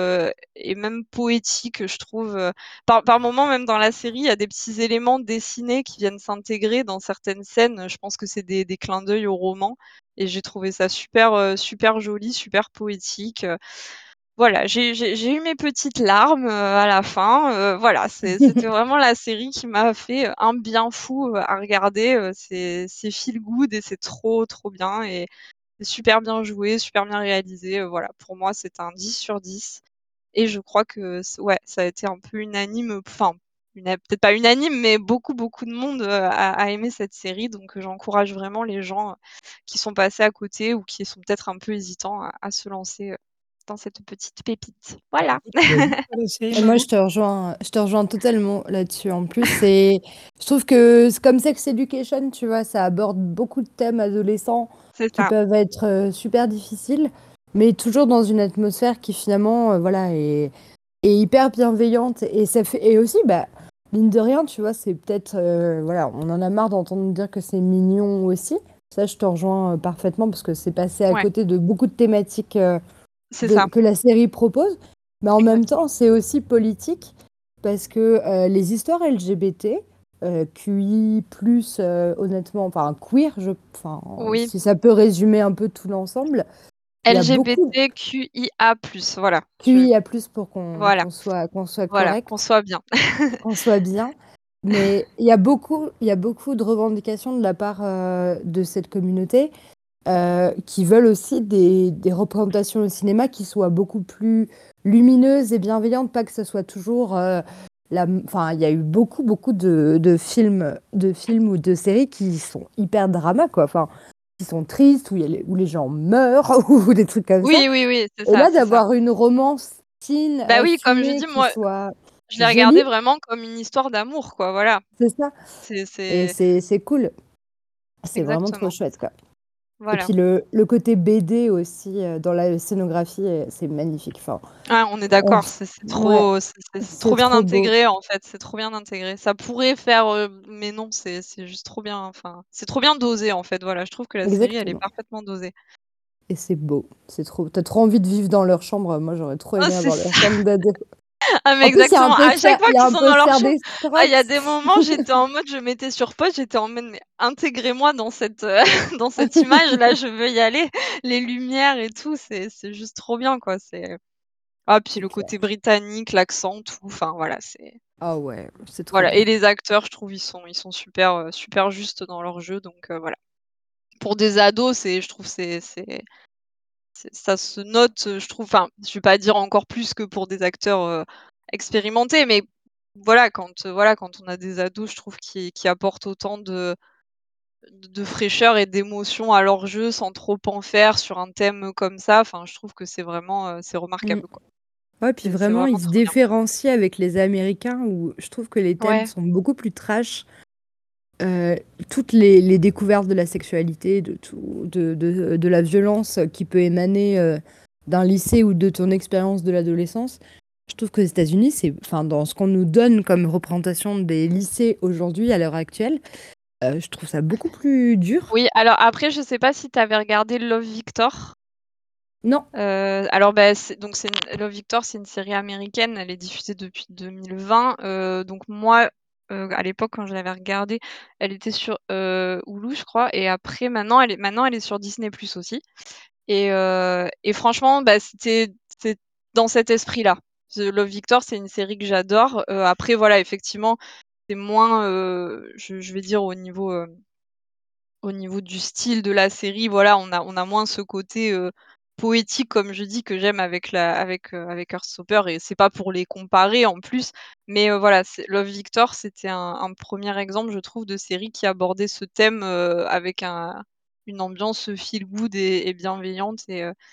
et même poétique, je trouve, par moments, même dans la série, il y a des petits éléments dessinés qui viennent s'intégrer dans certaines scènes. Je pense que c'est des clins d'œil au roman et j'ai trouvé ça super, super joli, super poétique. Voilà, j'ai eu mes petites larmes, à la fin, voilà, c'était vraiment la série qui m'a fait, un bien fou, à regarder, c'est feel good et c'est trop, trop bien et c'est super bien joué, super bien réalisé, voilà. Pour moi, c'est un 10/10 et je crois que ouais, ça a été un peu unanime, enfin, peut-être pas unanime, mais beaucoup, beaucoup de monde, a aimé cette série donc j'encourage vraiment les gens, qui sont passés à côté ou qui sont peut-être un peu hésitants à se lancer, dans cette petite pépite. Voilà. Tu l'as vu toi, la série, Et moi, Margot? je te rejoins totalement là-dessus. En plus, je trouve que c'est comme Sex Education, tu vois, ça aborde beaucoup de thèmes adolescents C'est qui ça. peuvent être super difficiles, mais toujours dans une atmosphère qui finalement, voilà, est hyper bienveillante. Et ça fait, et aussi, bah, mine de rien, tu vois, c'est peut-être, voilà, on en a marre d'entendre dire que c'est mignon aussi. Ça, je te rejoins parfaitement parce que c'est passé à Ouais, côté de beaucoup de thématiques c'est ça, que la série propose. Mais en même exactement. temps, c'est aussi politique parce que les histoires LGBT, QI, honnêtement, enfin queer, enfin, Oui, si ça peut résumer un peu tout l'ensemble, il y a beaucoup LGBTQIA+, voilà. QIA pour Voilà, qu'on soit voilà, qu'on correct, soit bien. qu'on soit bien. Mais il y a beaucoup de revendications de la part de cette communauté qui veulent aussi des représentations au cinéma qui soient beaucoup plus lumineuses et bienveillantes, pas que ce soit toujours Enfin, il y a eu beaucoup, beaucoup de films ou de séries qui sont hyper drama, quoi. Enfin, qui sont tristes, où les gens meurent, ou des trucs comme ça. Oui, oui, oui, c'est Et ça, là, c'est ça. d'avoir une romance teen, Bah oui, comme je assumée, dis, qui moi, soit je l'ai jolie, regardé vraiment comme une histoire d'amour, quoi, voilà. c'est ça. Et C'est c'est cool. C'est vraiment trop exactement, chouette, quoi. Et voilà. puis le côté BD aussi dans la scénographie, c'est magnifique. Enfin, Ah, on est on- d'accord, ouais, c'est trop c'est bien trop beau. intégré, en fait, c'est trop bien intégré. Ça pourrait faire, mais non, c'est juste trop bien, enfin, c'est trop bien dosé, en fait, voilà. Je trouve que la série, elle est Exactement. parfaitement dosée. Et c'est beau. C'est trop. T'as trop envie de vivre dans leur chambre. Moi, j'aurais trop Ah, aimé c'est avoir leur ça. chambre d'ado. Ah mais En plus, exactement. À chaque fois il y a qu'ils un sont dans leur poster chambre, des ah il y a Strokes. des moments, j'étais en mode je mettais sur pause, j'étais en mode: «Mais intégrez-moi dans cette, dans cette image-là, je veux y aller». Les lumières et tout, c'est juste trop bien, quoi. Puis C'est le clair. côté britannique, l'accent, tout, enfin voilà, Ah ouais, c'est trop voilà et bien. les acteurs, je trouve, ils sont super, super justes dans leur jeu, donc voilà. Pour des ados, je trouve ça se note, je trouve, enfin, je vais pas dire encore plus que pour des acteurs, expérimentés, mais voilà, quand on a des ados, je trouve qui apportent autant de fraîcheur et d'émotion à leur jeu sans trop en faire sur un thème comme ça, enfin, je trouve que c'est vraiment, c'est Mm. remarquable, quoi. Ouais, puis C'est vraiment, vraiment ils se trop bien. différencient avec les Américains où je trouve que les thèmes Ouais, sont beaucoup plus trash. Euh, toutes les découvertes de la sexualité, de tout, de la violence qui peut émaner d'un lycée ou de ton expérience de l'adolescence. Je trouve que les États-Unis, enfin, dans ce qu'on nous donne comme représentation des lycées aujourd'hui, à l'heure actuelle, je trouve ça beaucoup plus dur. oui, alors après, je sais pas si tu avais regardé Love, Victor? Non. Alors, bah, c'est une Love, Victor, c'est une série américaine, elle est diffusée depuis 2020, donc moi, à l'époque, quand je l'avais regardée, elle était sur, Hulu, je crois et après maintenant elle est sur Disney+ aussi et franchement, bah, c'est dans cet esprit-là. The Love, Victor, c'est une série que j'adore, après voilà, effectivement, c'est moins, je vais dire au niveau du style de la série, voilà, on a moins ce côté, poétique comme je dis que j'aime avec Heartstopper et c'est pas pour les comparer en plus, mais voilà, Love, Victor, c'était un 1er exemple, je trouve, de série qui abordait ce thème, avec une ambiance feel good et bienveillante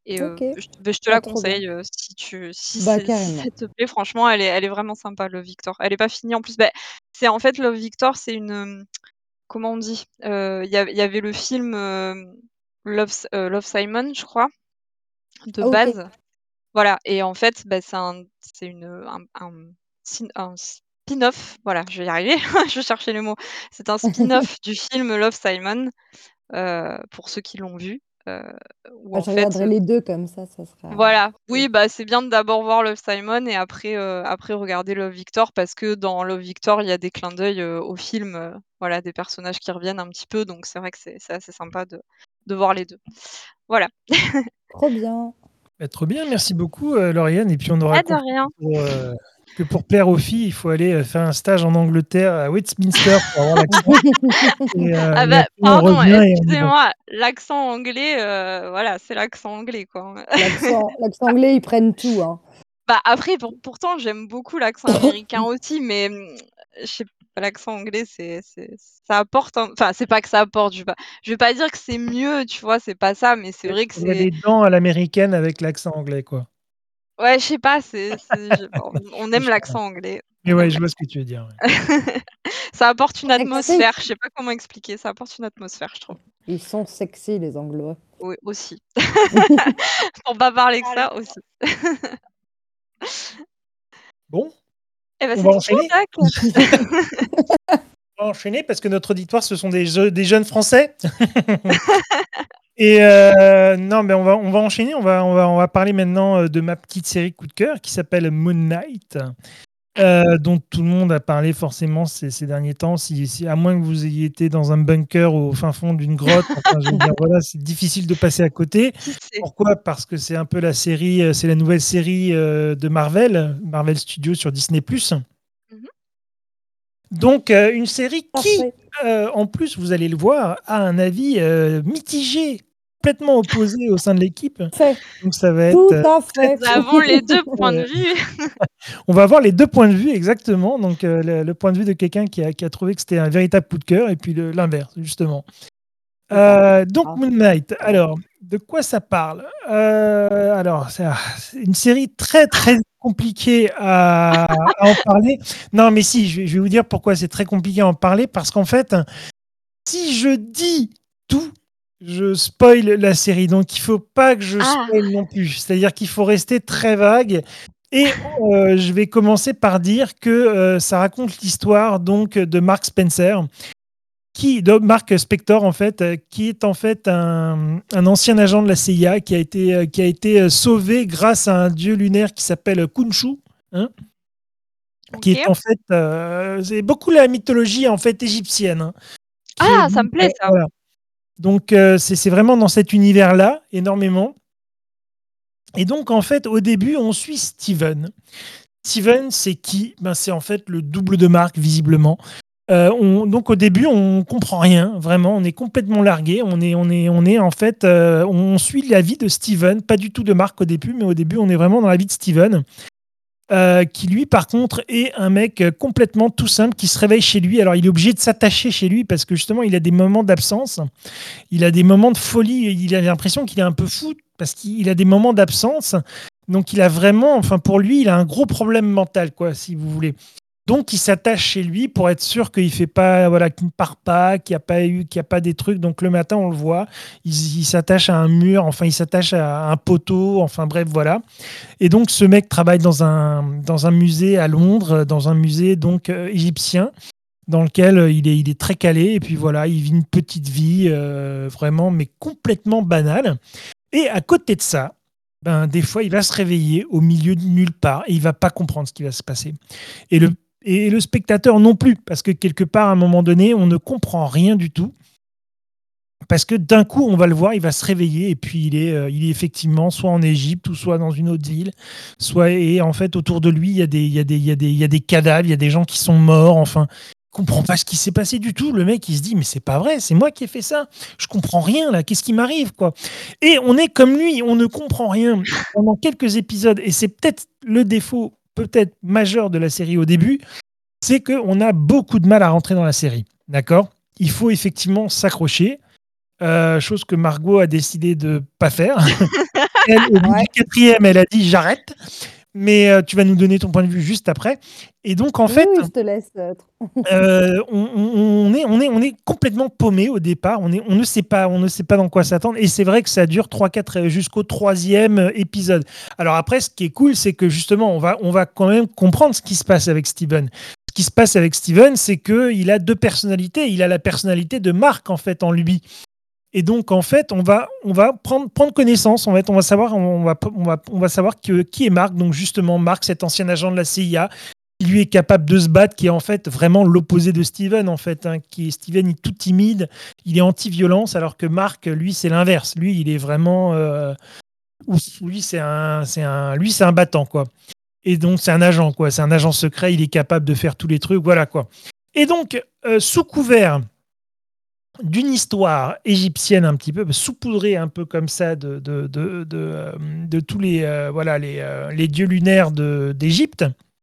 Et Ok, je te pas la trop bien. conseille si Bah, si carrément. ça te plaît, franchement, elle est vraiment sympa, Love Victor. Elle est pas finie en plus. Bah, c'est en fait Love Victor, c'est comment on dit? Il y avait le film Love Simon, je crois, de Ah, ok. base. Voilà, et en fait, bah, c'est un spin-off, voilà, je vais y arriver, je cherchais le mot. C'est un spin-off du film Love, Simon, pour ceux qui l'ont vu, heu, où Bah, en je fait, regarderai les 2 comme ça sera voilà, cool. oui, bah, c'est bien de d'abord voir Love, Simon et après regarder Love, Victor parce que dans Love, Victor, il y a des clins d'œil, au film, voilà, des personnages qui reviennent un petit peu, donc c'est vrai que c'est assez sympa de voir les 2. Voilà. Trop bien. Bah, trop bien, merci beaucoup, Lauriane. Et puis on aura Ah, de compris rien. que pour plaire aux filles, il faut aller faire un stage en Angleterre, à Westminster, pour avoir l'accent. Ah Et bah, après, on pardon, revient et on est bon. excusez-moi, l'accent anglais, voilà, c'est l'accent anglais, quoi, hein. L'accent anglais, ils prennent tout, hein. Bah, après pourtant j'aime beaucoup l'accent américain aussi, mais je sais pas, l'accent anglais ça apporte enfin, c'est pas que ça apporte, je vais pas dire que c'est mieux, tu vois? C'est pas ça, mais c'est vrai que Il y a c'est des dents à l'américaine avec l'accent anglais, quoi. ouais, je sais pas, c'est je on Oui, aime je comprends. l'accent anglais, Mais on ouais, aime je vois ce l'accent. que tu veux dire, ouais. Ça apporte une Sexy. atmosphère, je sais pas comment expliquer, ça apporte une atmosphère, je trouve. Ils sont sexy, les Anglois. Oui, aussi. Pour pas parler que ça, aussi. Bon, Eh bah, on c'est va tout bon, enchaîner? Zach. On va enchaîner parce que notre auditoire, ce sont des jeunes Français. Et non, mais on va enchaîner. On va parler maintenant de ma petite série coup de cœur qui s'appelle Moon Knight, dont tout le monde a parlé forcément ces derniers temps. À moins que vous ayez été dans un bunker au fin fond d'une grotte, enfin, je veux dire, voilà, c'est difficile de passer à côté. Qui sait? Pourquoi? Parce que c'est un peu la série, c'est la nouvelle série de Marvel Studios sur Disney+. Mmh mh. Donc, une série qui, Parfait. en plus, vous allez le voir, a un avis mitigé, complètement opposé au sein de l'équipe. Fait. Donc, ça va être Tout à très, fait. Nous très, avons les 2 points de euh, vue. on va avoir les deux points de vue exactement. Donc, le point de vue de quelqu'un qui a trouvé que c'était un véritable coup de cœur, et puis l'inverse, justement. C'est ça. Donc, Ah, Moon Knight. voilà. Alors, de quoi ça parle? Alors, c'est une série très, très compliquée à en parler. Non, mais si, je vais vous dire pourquoi c'est très compliqué à en parler. Parce qu'en fait, si je dis tout, je spoil la série. Donc, il faut pas que je Ah! spoil non plus. C'est-à-dire qu'il faut rester très vague. Et je vais commencer par dire que ça raconte l'histoire donc de Mark Spencer, de Mark Spector en fait, qui est en fait un ancien agent de la CIA qui a été sauvé grâce à un dieu lunaire qui s'appelle Khonshu, hein, qui OK. est en fait, c'est beaucoup la mythologie en fait égyptienne, hein, qui est Ah, ça donc, me plaît ça. voilà. Donc c'est vraiment dans cet univers-là énormément. Et donc en fait au début on suit Steven. Steven, c'est qui? Ben, c'est en fait le double de Mark visiblement. Donc au début, on comprend rien, vraiment, on est complètement largué. On est en fait, on suit la vie de Steven, pas du tout de Mark au début, mais au début, on est vraiment dans la vie de Steven, qui lui, par contre, est un mec complètement tout simple qui se réveille chez lui. Alors, il est obligé de s'attacher chez lui parce que justement, il a des moments d'absence, il a des moments de folie, il a l'impression qu'il est un peu fou parce qu'il a des moments d'absence. Donc, il a vraiment, enfin, pour lui, il a un gros problème mental, quoi, si vous voulez. Donc, il s'attache chez lui pour être sûr qu'il fait pas, voilà, qu'il ne part pas, qu'il y a pas des trucs. Donc, le matin, on le voit, il s'attache à un mur, enfin, il s'attache à un poteau, enfin, bref, voilà. Et donc, ce mec travaille dans un musée à Londres, dans un musée donc égyptien, dans lequel il est très calé. Et puis voilà, il vit une petite vie vraiment, mais complètement banale. Et à côté de ça, ben, des fois, il va se réveiller au milieu de nulle part et il va pas comprendre ce qui va se passer. Et le spectateur non plus, parce que quelque part, à un moment donné, on ne comprend rien du tout. Parce que d'un coup, on va le voir, il va se réveiller et puis il est effectivement soit en Égypte ou soit dans une autre ville. Et en fait, autour de lui, il y a des cadavres, il y a des gens qui sont morts. Enfin, il comprend pas ce qui s'est passé du tout. Le mec, il se dit, mais c'est pas vrai, c'est moi qui ai fait ça. Je comprends rien là, qu'est-ce qui m'arrive, quoi. Et on est comme lui, on ne comprend rien pendant quelques épisodes. Et c'est peut-être le défaut, peut-être majeur de la série au début, c'est qu'on a beaucoup de mal à rentrer dans la série. D'accord? Il faut effectivement s'accrocher. Chose que Margot a décidé de pas faire. elle, au bout Ouais. du 4e, elle a dit j'arrête. Mais tu vas nous donner ton point de vue juste après. Et donc, en Oui, fait, oui, je te laisse. on est complètement paumé au départ. On ne sait pas, on ne sait pas dans quoi s'attendre. Et c'est vrai que ça dure 3-4 jusqu'au 3e épisode. Alors après, ce qui est cool, c'est que justement, on va quand même comprendre ce qui se passe avec Steven. Ce qui se passe avec Steven, c'est qu'il a deux personnalités. Il a la personnalité de Mark, en fait, en lui. Et donc, en fait, on va prendre connaissance. En fait, on va savoir, on va savoir qui est Mark. Donc, justement, Mark, cet ancien agent de la CIA, qui lui est capable de se battre, qui est en fait vraiment l'opposé de Steven, en fait. Qui est Steven, il est tout timide, il est anti-violence, alors que Mark, lui, c'est l'inverse. Lui, il est vraiment, lui, lui, c'est un battant, quoi. Et donc, c'est un agent, quoi. C'est un agent secret. Il est capable de faire tous les trucs, voilà, quoi. Et donc, sous couvert d'une histoire égyptienne un petit peu saupoudrée un peu comme ça de tous les voilà les dieux lunaires d'Égypte.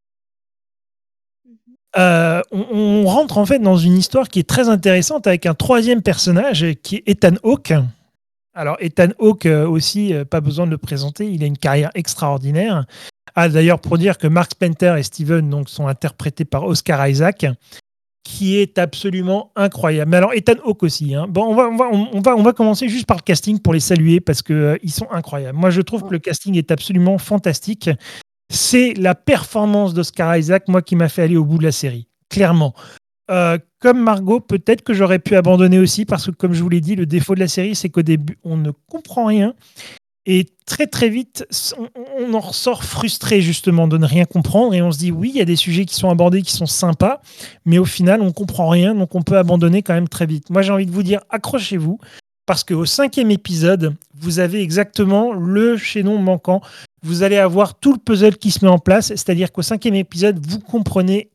On rentre en fait dans une histoire qui est très intéressante avec un troisième personnage qui est Ethan Hawke. Alors Ethan Hawke aussi, pas besoin de le présenter, il a une carrière extraordinaire. Ah, d'ailleurs, pour dire que Mark Spenter et Steven donc, sont interprétés par Oscar Isaac, qui est absolument incroyable. Mais alors, Ethan Hawke aussi. Hein. Bon, on va commencer juste par le casting pour les saluer parce qu'ils sont incroyables. Moi, je trouve que le casting est absolument fantastique. C'est la performance d'Oscar Isaac, moi, qui m'a fait aller au bout de la série. Clairement. Comme Margot, peut-être que j'aurais pu abandonner aussi parce que, comme je vous l'ai dit, le défaut de la série, c'est qu'au début, on ne comprend rien. Et très très vite, on en ressort frustré justement de ne rien comprendre et on se dit oui, il y a des sujets qui sont abordés qui sont sympas, mais au final, on ne comprend rien, donc on peut abandonner quand même très vite. Moi, j'ai envie de vous dire, accrochez-vous, parce qu'au 5e épisode, vous avez exactement le chaînon manquant. Vous allez avoir tout le puzzle qui se met en place, c'est-à-dire qu'au 5e épisode, vous comprenez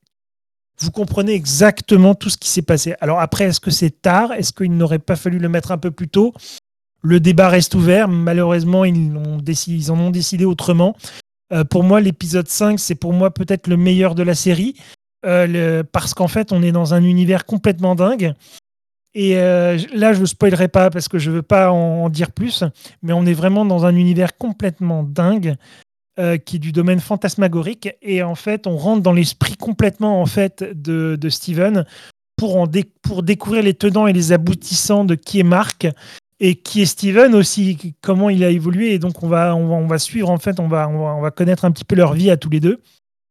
exactement tout ce qui s'est passé. Alors après, est-ce que c'est tard? Est-ce qu'il n'aurait pas fallu le mettre un peu plus tôt? Le débat reste ouvert. Malheureusement, ils en ont décidé autrement. Pour moi, l'épisode 5, c'est pour moi peut-être le meilleur de la série. Parce qu'en fait, on est dans un univers complètement dingue. Et là, je ne spoilerai pas parce que je ne veux pas en dire plus. Mais on est vraiment dans un univers complètement dingue qui est du domaine fantasmagorique. Et en fait, on rentre dans l'esprit complètement en fait, de Steven pour découvrir les tenants et les aboutissants de qui est Mark. Et qui est Steven aussi, comment il a évolué. Et donc, on va suivre, en fait, on va connaître un petit peu leur vie à tous les deux.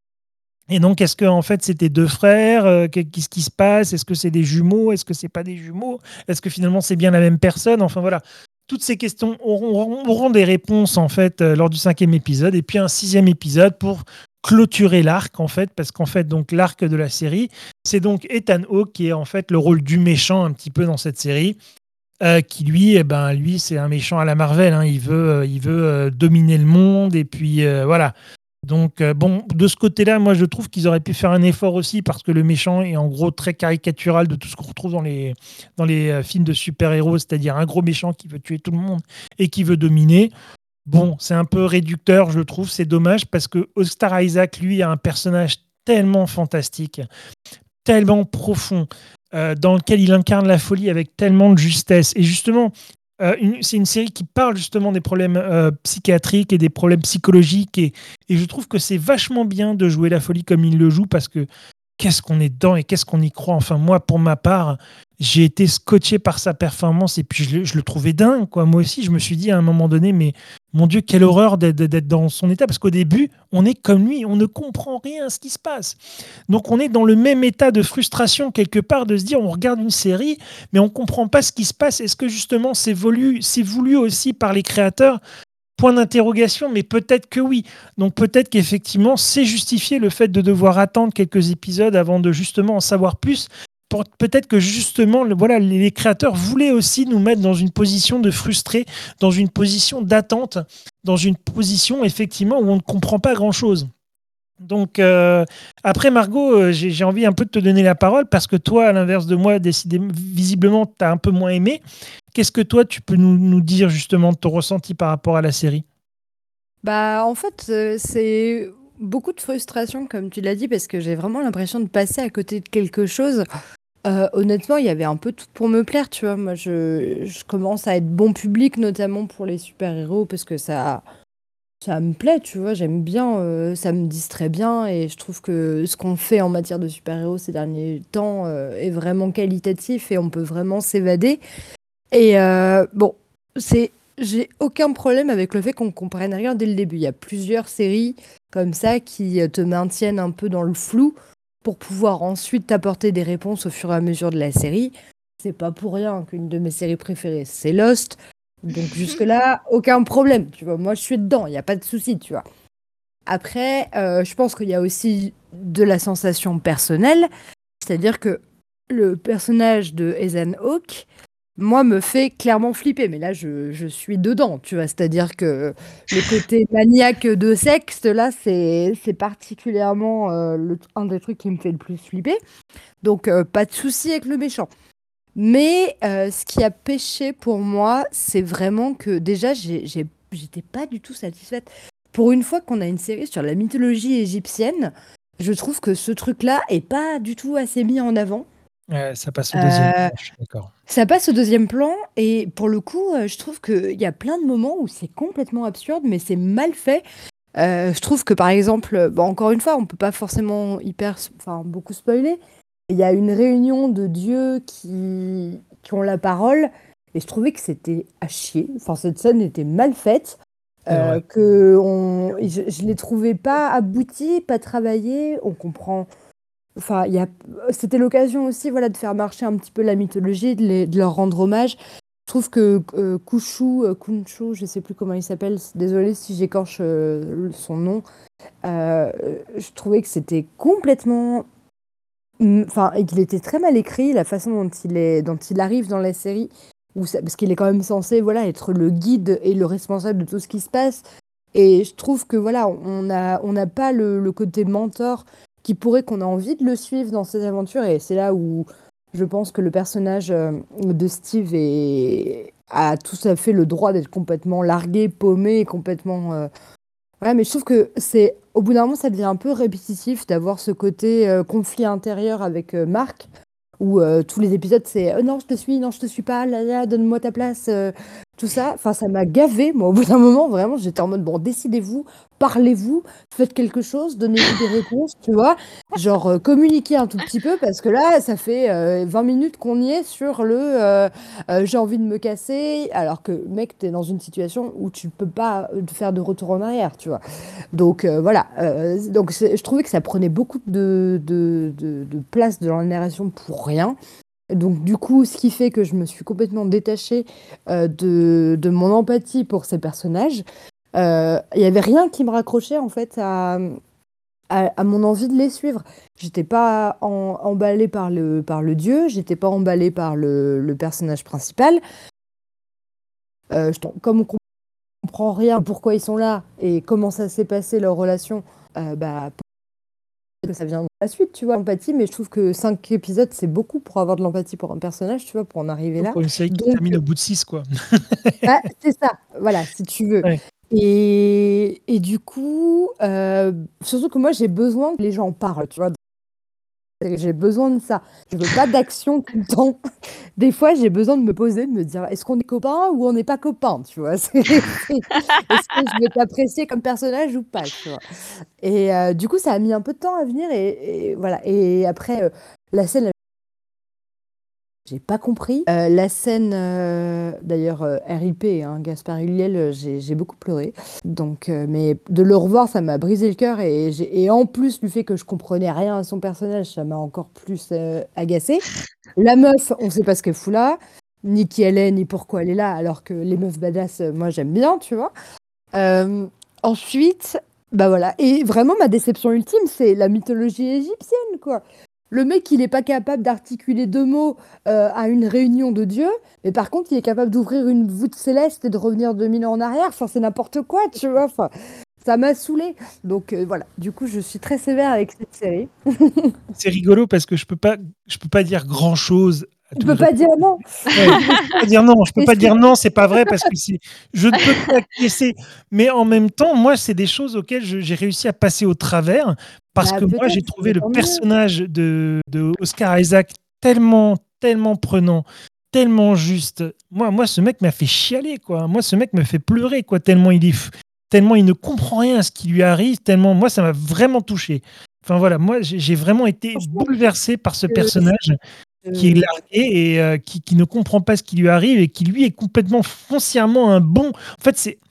Et donc, est-ce que en fait, c'était deux frères? Qu'est-ce qui se passe? Est-ce que c'est des jumeaux? Est-ce que c'est pas des jumeaux? Est-ce que finalement, c'est bien la même personne? Enfin, voilà. Toutes ces questions auront des réponses, en fait, lors du 5e épisode. Et puis, un 6e épisode pour clôturer l'arc, en fait, parce qu'en fait, donc, l'arc de la série, c'est donc Ethan Hawke qui est, en fait, le rôle du méchant un petit peu dans cette série. Qui lui, lui, c'est un méchant à la Marvel. Hein. Il veut dominer le monde et puis voilà. Donc bon, de ce côté-là, moi je trouve qu'ils auraient pu faire un effort aussi parce que le méchant est en gros très caricatural de tout ce qu'on retrouve dans les films de super-héros, c'est-à-dire un gros méchant qui veut tuer tout le monde et qui veut dominer. Bon, c'est un peu réducteur, je trouve. C'est dommage parce que Oscar Isaac, lui, a un personnage tellement fantastique, tellement profond, dans lequel il incarne la folie avec tellement de justesse. Et justement, c'est une série qui parle justement des problèmes psychiatriques et des problèmes psychologiques. Et je trouve que c'est vachement bien de jouer la folie comme il le joue parce que qu'est-ce qu'on est dedans et qu'est-ce qu'on y croit. Enfin, moi, pour ma part, j'ai été scotché par sa performance et puis je le trouvais dingue, quoi. Moi aussi, je me suis dit à un moment donné, mais mon Dieu, quelle horreur d'être dans son état. Parce qu'au début, on est comme lui, on ne comprend rien à ce qui se passe. Donc, on est dans le même état de frustration quelque part de se dire, on regarde une série, mais on ne comprend pas ce qui se passe. Est-ce que justement, c'est voulu aussi par les créateurs? Point d'interrogation, mais peut-être que oui. Donc peut-être qu'effectivement, c'est justifié le fait de devoir attendre quelques épisodes avant de justement en savoir plus. Peut-être que justement, voilà, les créateurs voulaient aussi nous mettre dans une position de frustré, dans une position d'attente, dans une position effectivement où on ne comprend pas grand-chose. Donc après Margot, j'ai envie un peu de te donner la parole parce que toi, à l'inverse de moi, visiblement, tu as un peu moins aimé. Qu'est-ce que toi, tu peux nous dire justement de ton ressenti par rapport à la série? Bah, en fait, c'est beaucoup de frustration, comme tu l'as dit, parce que j'ai vraiment l'impression de passer à côté de quelque chose. Honnêtement, il y avait un peu tout pour me plaire, tu vois. Moi, je commence à être bon public, notamment pour les super-héros, parce que ça me plaît, tu vois. J'aime bien, ça me distrait bien, et je trouve que ce qu'on fait en matière de super-héros ces derniers temps est vraiment qualitatif et on peut vraiment s'évader. Et bon, j'ai aucun problème avec le fait qu'on comprenne rien dès le début. Il y a plusieurs séries comme ça qui te maintiennent un peu dans le flou pour pouvoir ensuite t'apporter des réponses au fur et à mesure de la série. C'est pas pour rien qu'une de mes séries préférées, c'est Lost. Donc jusque-là, aucun problème, tu vois. Moi, je suis dedans, il n'y a pas de souci, tu vois. Après, je pense qu'il y a aussi de la sensation personnelle, c'est-à-dire que le personnage de Ethan Hawke, moi, me fait clairement flipper. Mais là, je suis dedans, tu vois. C'est-à-dire que le côté maniaque de sexe, là, c'est particulièrement un des trucs qui me fait le plus flipper. Donc, pas de souci avec le méchant. Mais ce qui a péché pour moi, c'est vraiment que déjà, j'étais pas du tout satisfaite. Pour une fois qu'on a une série sur la mythologie égyptienne, je trouve que ce truc-là est pas du tout assez mis en avant. Ouais, ça passe au deuxième Euh, plan, je suis d'accord. Ça passe au deuxième plan et pour le coup, je trouve qu'il y a plein de moments où c'est complètement absurde, mais c'est mal fait. Je trouve que par exemple, bon, encore une fois, on peut pas forcément beaucoup spoiler. Il y a une réunion de dieux qui ont la parole et je trouvais que c'était à chier. Enfin, cette scène était mal faite. C'est vrai. Je l'ai trouvé pas abouti, pas travaillé. On comprend. Enfin, c'était l'occasion aussi, voilà, de faire marcher un petit peu la mythologie, de leur rendre hommage. Je trouve que Khonshu, je sais plus comment il s'appelle, désolée si j'écorche son nom, euh, je trouvais que c'était complètement. Enfin, et qu'il était très mal écrit, la façon dont il arrive dans la série, parce qu'il est quand même censé, voilà, être le guide et le responsable de tout ce qui se passe. Et je trouve que voilà, on n'a pas le côté mentor qui pourrait qu'on a envie de le suivre dans ses aventures. Et c'est là où je pense que le personnage de Steve a tout à fait le droit d'être complètement largué, paumé, complètement. Ouais, mais je trouve que au bout d'un moment, ça devient un peu répétitif d'avoir ce côté conflit intérieur avec Marc, où tous les épisodes, c'est non, je te suis, non, je te suis pas, là, là, donne-moi ta place, tout ça. Enfin, ça m'a gavé, moi, au bout d'un moment, vraiment, j'étais en mode, bon, décidez-vous, parlez-vous, faites quelque chose, donnez-vous des réponses, tu vois. Genre, communiquez un tout petit peu, parce que là, ça fait 20 minutes qu'on y est sur j'ai envie de me casser, alors que, mec, t'es dans une situation où tu peux pas faire de retour en arrière, tu vois. Donc voilà, donc je trouvais que ça prenait beaucoup de place dans la narration pour rien. Donc du coup, ce qui fait que je me suis complètement détachée de mon empathie pour ces personnages. Il y avait rien qui me raccrochait en fait à mon envie de les suivre. J'étais pas emballée par le dieu, j'étais pas emballée par le personnage principal. Comme on comprend rien pourquoi ils sont là et comment ça s'est passé leur relation, bah que ça vient de la suite, tu vois, l'empathie, mais je trouve que 5 épisodes, c'est beaucoup pour avoir de l'empathie pour un personnage, tu vois, pour en arriver là. Pour une série qui Donc, termine au bout de 6, quoi. c'est ça, voilà, si tu veux. Ouais. Et du coup, surtout que moi, j'ai besoin que les gens en parlent, tu vois. J'ai besoin de ça. Je veux pas d'action tout le temps. Des fois, j'ai besoin de me poser, de me dire, est-ce qu'on est copains ou on n'est pas copains, tu vois. Est-ce que je vais t'apprécier comme personnage ou pas, tu vois. Et du coup, ça a mis un peu de temps à venir et voilà. Et après, la scène, j'ai pas compris. La scène, d'ailleurs, RIP, hein, Gaspard Ulliel, j'ai beaucoup pleuré. Donc, mais de le revoir, ça m'a brisé le cœur et en plus du fait que je comprenais rien à son personnage, ça m'a encore plus agacée. La meuf, on sait pas ce qu'elle fout là, ni qui elle est, ni pourquoi elle est là, alors que les meufs badass, moi j'aime bien, tu vois. Euh, Ensuite, bah voilà. Et vraiment, ma déception ultime, c'est la mythologie égyptienne, quoi. Le mec, il est pas capable d'articuler 2 mots à une réunion de dieux, mais par contre, il est capable d'ouvrir une voûte céleste et de revenir 2000 ans en arrière. Enfin, c'est n'importe quoi, tu vois. Enfin, ça m'a saoulée. Donc voilà. Du coup, je suis très sévère avec cette série. C'est rigolo parce que je peux pas dire grand-chose à Tu tout peux le pas dire non. je peux pas dire non, c'est pas vrai parce que je ne peux pas acquiescer. Mais en même temps, moi, c'est des choses auxquelles j'ai réussi à passer au travers parce Bah que moi, j'ai peut-être, trouvé mais le tant mieux. personnage de Oscar Isaac tellement prenant, tellement juste. Moi, ce mec m'a fait chialer, quoi. Moi, ce mec me fait pleurer, quoi, tellement il ne comprend rien à ce qui lui arrive, tellement moi, ça m'a vraiment touché. Enfin voilà, moi, j'ai vraiment été Franchement, bouleversé par ce euh, personnage qui est euh, largué et qui ne comprend pas ce qui lui arrive et qui lui est complètement foncièrement un bon. En fait, c'est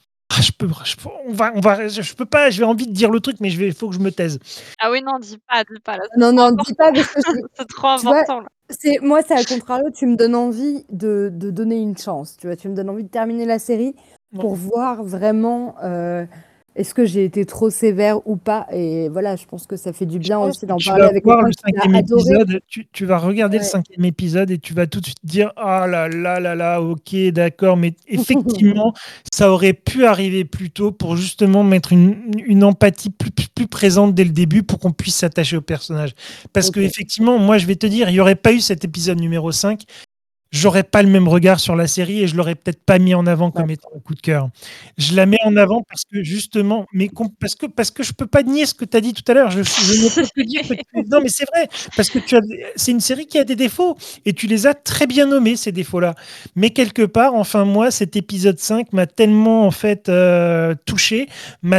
je peux pas, j'ai envie de dire le truc, mais faut que je me taise. Ah oui, non, dis pas, là, c'est non, trop non, dis pas important. parce que C'est trop tu vois, important, là. moi, c'est à contrario, tu me donnes envie de donner une chance. Tu vois, tu me donnes envie de terminer la série Non. pour voir vraiment est-ce que j'ai été trop sévère ou pas. Et voilà, je pense que ça fait du Je bien pense aussi que d'en tu parler vas avec voir quelqu'un le qui a cinquième adoré. épisode, tu vas regarder le Ouais. cinquième épisode et tu vas tout de suite dire ah là là là là, ok, d'accord, mais effectivement, ça aurait pu arriver plus tôt pour justement mettre une empathie plus présente dès le début pour qu'on puisse s'attacher au personnage. Parce que Ok. effectivement, moi je vais te dire, il n'y aurait pas eu cet épisode numéro 5, j'aurais pas le même regard sur la série et je l'aurais peut-être pas mis en avant comme étant un coup de cœur. Je la mets en avant parce que justement, parce que je peux pas nier ce que tu as dit tout à l'heure. Je ne peux que dire que non, mais c'est vrai, parce que c'est une série qui a des défauts et tu les as très bien nommés, ces défauts-là. Mais quelque part, enfin, moi, cet épisode 5 m'a tellement, en fait, touché,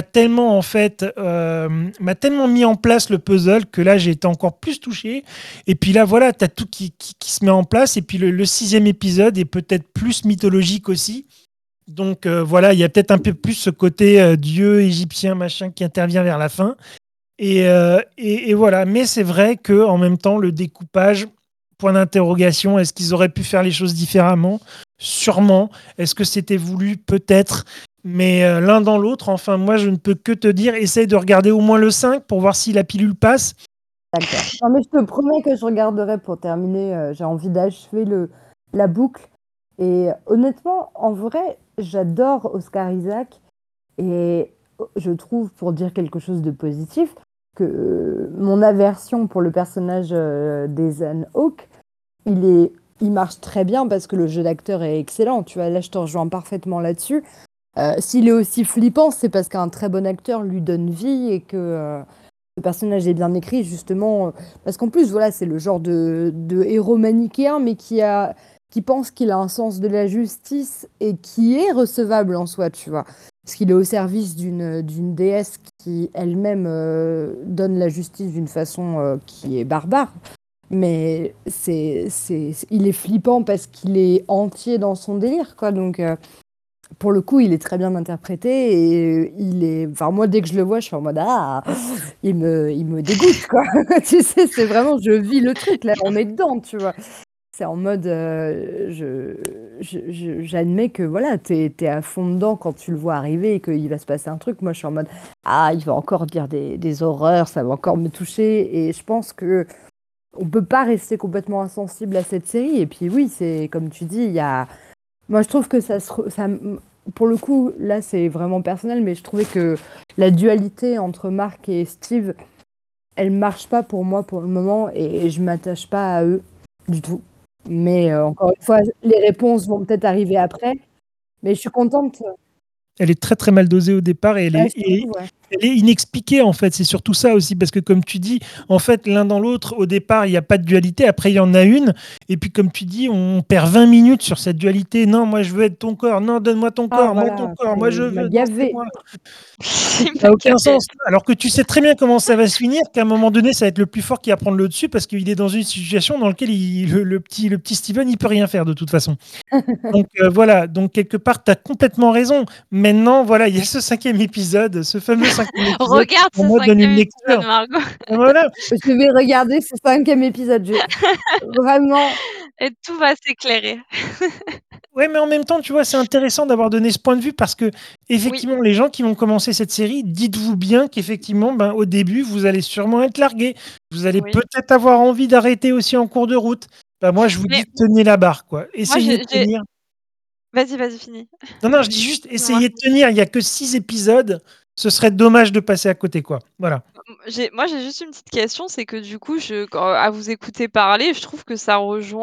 m'a tellement mis en place le puzzle que là, j'ai été encore plus touché. Et puis là, voilà, tu as tout qui se met en place. Et puis le sixième épisode est peut-être plus mythologique aussi. Donc voilà, il y a peut-être un peu plus ce côté dieu égyptien, machin, qui intervient vers la fin. Et voilà. Mais c'est vrai que en même temps, le découpage, point d'interrogation, est-ce qu'ils auraient pu faire les choses différemment? Sûrement. Est-ce que c'était voulu? Peut-être. Mais l'un dans l'autre, enfin, moi, je ne peux que te dire, essaye de regarder au moins le 5 pour voir si la pilule passe. D'accord. Non, mais je te promets que je regarderai pour terminer. J'ai envie d'achever la boucle. Et honnêtement, en vrai, j'adore Oscar Isaac. Et je trouve, pour dire quelque chose de positif, que mon aversion pour le personnage d'Ethan Hawke, il marche très bien parce que le jeu d'acteur est excellent. Tu vois, là, je te rejoins parfaitement là-dessus. S'il est aussi flippant, c'est parce qu'un très bon acteur lui donne vie et que le personnage est bien écrit, justement. Parce qu'en plus, voilà, c'est le genre de héros manichéen, mais qui pense qu'il a un sens de la justice et qui est recevable en soi, tu vois. Parce qu'il est au service d'une déesse qui elle-même donne la justice d'une façon qui est barbare. Mais il est flippant parce qu'il est entier dans son délire, quoi. Donc, pour le coup, il est très bien interprété et enfin, moi, dès que je le vois, je suis en mode ah, il me dégoûte, quoi. Tu sais, c'est vraiment, je vis le truc, là, on est dedans, tu vois. C'est en mode, j'admets que voilà, t'es à fond dedans quand tu le vois arriver et qu'il va se passer un truc. Moi, je suis en mode, ah, il va encore dire des horreurs, ça va encore me toucher. Et je pense que on peut pas rester complètement insensible à cette série. Et puis oui, c'est comme tu dis, moi, je trouve que pour le coup, là, c'est vraiment personnel, mais je trouvais que la dualité entre Mark et Steve, elle marche pas pour moi pour le moment et je m'attache pas à eux du tout. Mais encore une fois, les réponses vont peut-être arriver après. Mais je suis contente. Elle est très très mal dosée au départ et Ouais, je trouve, ouais. elle est inexpliquée en fait. C'est surtout ça aussi parce que comme tu dis, en fait l'un dans l'autre, au départ il n'y a pas de dualité, après il y en a une et puis comme tu dis, on perd 20 minutes sur cette dualité. Non, moi je veux être ton corps, non donne-moi ton Ah, corps, moi ton voilà, corps, moi je il m'a veux, non c'est gavé. moi. Il Ça m'a n'a aucun gavé. sens. Alors que tu sais très bien comment ça va se finir, qu'à un moment donné ça va être le plus fort qui va prendre le dessus parce qu'il est dans une situation dans laquelle le petit Steven il peut rien faire de toute façon. Donc voilà, donc quelque part, tu as complètement raison. Maintenant, voilà, il y a ce cinquième épisode, ce fameux cinquième épisode qui Regarde pour ce moi donne une 5e épisode, lecture. Margot. Et voilà. Je vais regarder ce 5e épisode. Vraiment. Et tout va s'éclairer. Ouais, mais en même temps, tu vois, c'est intéressant d'avoir donné ce point de vue parce que, Oui, effectivement, les gens qui vont commencer cette série, dites-vous bien qu'effectivement, ben, au début, vous allez sûrement être largués. Vous allez oui. peut-être avoir envie d'arrêter aussi en cours de route. Ben, moi, je vous Mais dis, tenez la barre, quoi. moi, Essayez de tenir. vas-y, finis. Non, non, je dis juste, Dis-moi. essayez de tenir. Il n'y a que 6 épisodes. Ce serait dommage de passer à côté, quoi. Voilà. Moi, j'ai juste une petite question, c'est que du coup, à vous écouter parler, je trouve que ça rejoint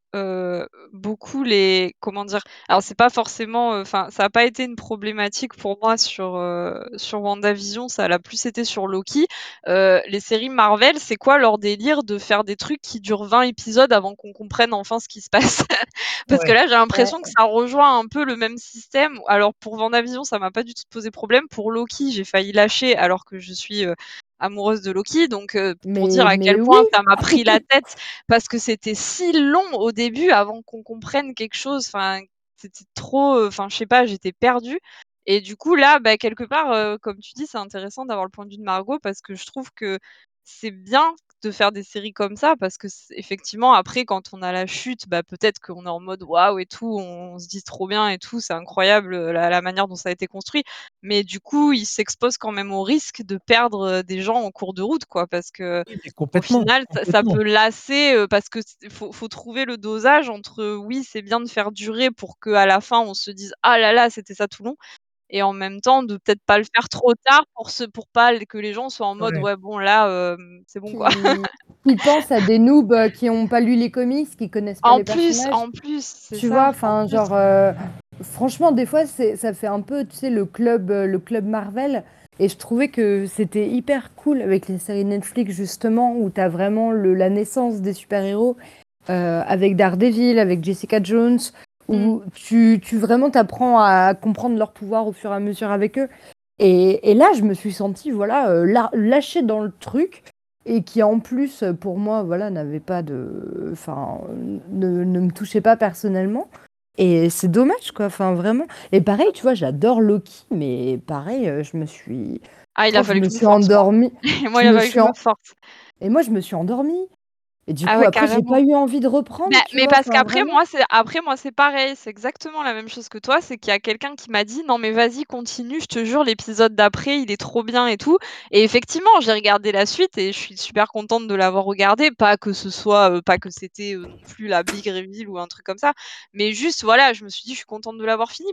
beaucoup les comment dire? Alors c'est pas forcément, enfin, ça a pas été une problématique pour moi sur WandaVision, ça l'a plus été sur Loki. Les séries Marvel, c'est quoi leur délire de faire des trucs qui durent 20 épisodes avant qu'on comprenne enfin ce qui se passe? Parce que Ouais. là, j'ai Ouais. l'impression que ça rejoint un peu le même système. Alors pour WandaVision, ça m'a pas du tout posé problème. Pour Loki, j'ai failli lâcher alors que je suis, amoureuse de Loki, donc pour dire à quel Mais oui, point ça m'a pris la tête parce que c'était si long au début avant qu'on comprenne quelque chose. Enfin, c'était trop. Enfin, je sais pas, j'étais perdue. Et du coup, là, bah, quelque part, comme tu dis, c'est intéressant d'avoir le point de vue de Margot parce que je trouve que c'est bien de faire des séries comme ça parce que effectivement, après, quand on a la chute, bah, peut-être qu'on est en mode waouh et tout, on se dit trop bien et tout, c'est incroyable la manière dont ça a été construit. Mais du coup, il s'expose quand même au risque de perdre des gens en cours de route, quoi, parce que Oui, mais au complètement, final, ça complètement. peut lasser, parce que faut trouver le dosage entre, oui, c'est bien de faire durer pour qu'à la fin, on se dise: «Ah là là, c'était ça tout long» et en même temps, de peut-être pas le faire trop tard pour pas que les gens soient en mode: Ouais. «Ouais, bon là, c'est bon, quoi». qui pense à des noobs qui n'ont pas lu les comics, qui connaissent pas les personnages. En plus, c'est Tu ça, vois, en enfin, plus. genre, franchement, des fois, ça fait un peu, tu sais, le club Marvel. Et je trouvais que c'était hyper cool avec les séries Netflix, justement, où tu as vraiment la naissance des super-héros, avec Daredevil, avec Jessica Jones, Mmh. où tu vraiment t'apprends à comprendre leurs pouvoirs au fur et à mesure avec eux. Et là, je me suis sentie, voilà, lâchée dans le truc et qui en plus pour moi voilà n'avait pas de enfin ne me touchait pas personnellement et c'est dommage quoi enfin vraiment et pareil tu vois j'adore Loki mais pareil Ah, je il a crois que je fallu me que je me suis force, moi. endormie Et moi, je il a me fallu que suis je me en- force. et moi je me suis endormie et du Ah coup ouais, après j'ai carrément. pas eu envie de reprendre Bah, tu mais vois parce enfin qu'après vraiment moi c'est pareil, c'est exactement la même chose que toi, c'est qu'il y a quelqu'un qui m'a dit: «Non mais vas-y continue, je te jure l'épisode d'après il est trop bien et tout» et effectivement j'ai regardé la suite et je suis super contente de l'avoir regardé. Pas que ce soit, pas que c'était, non plus la big reveal ou un truc comme ça, mais juste voilà, je me suis dit: «Je suis contente de l'avoir fini»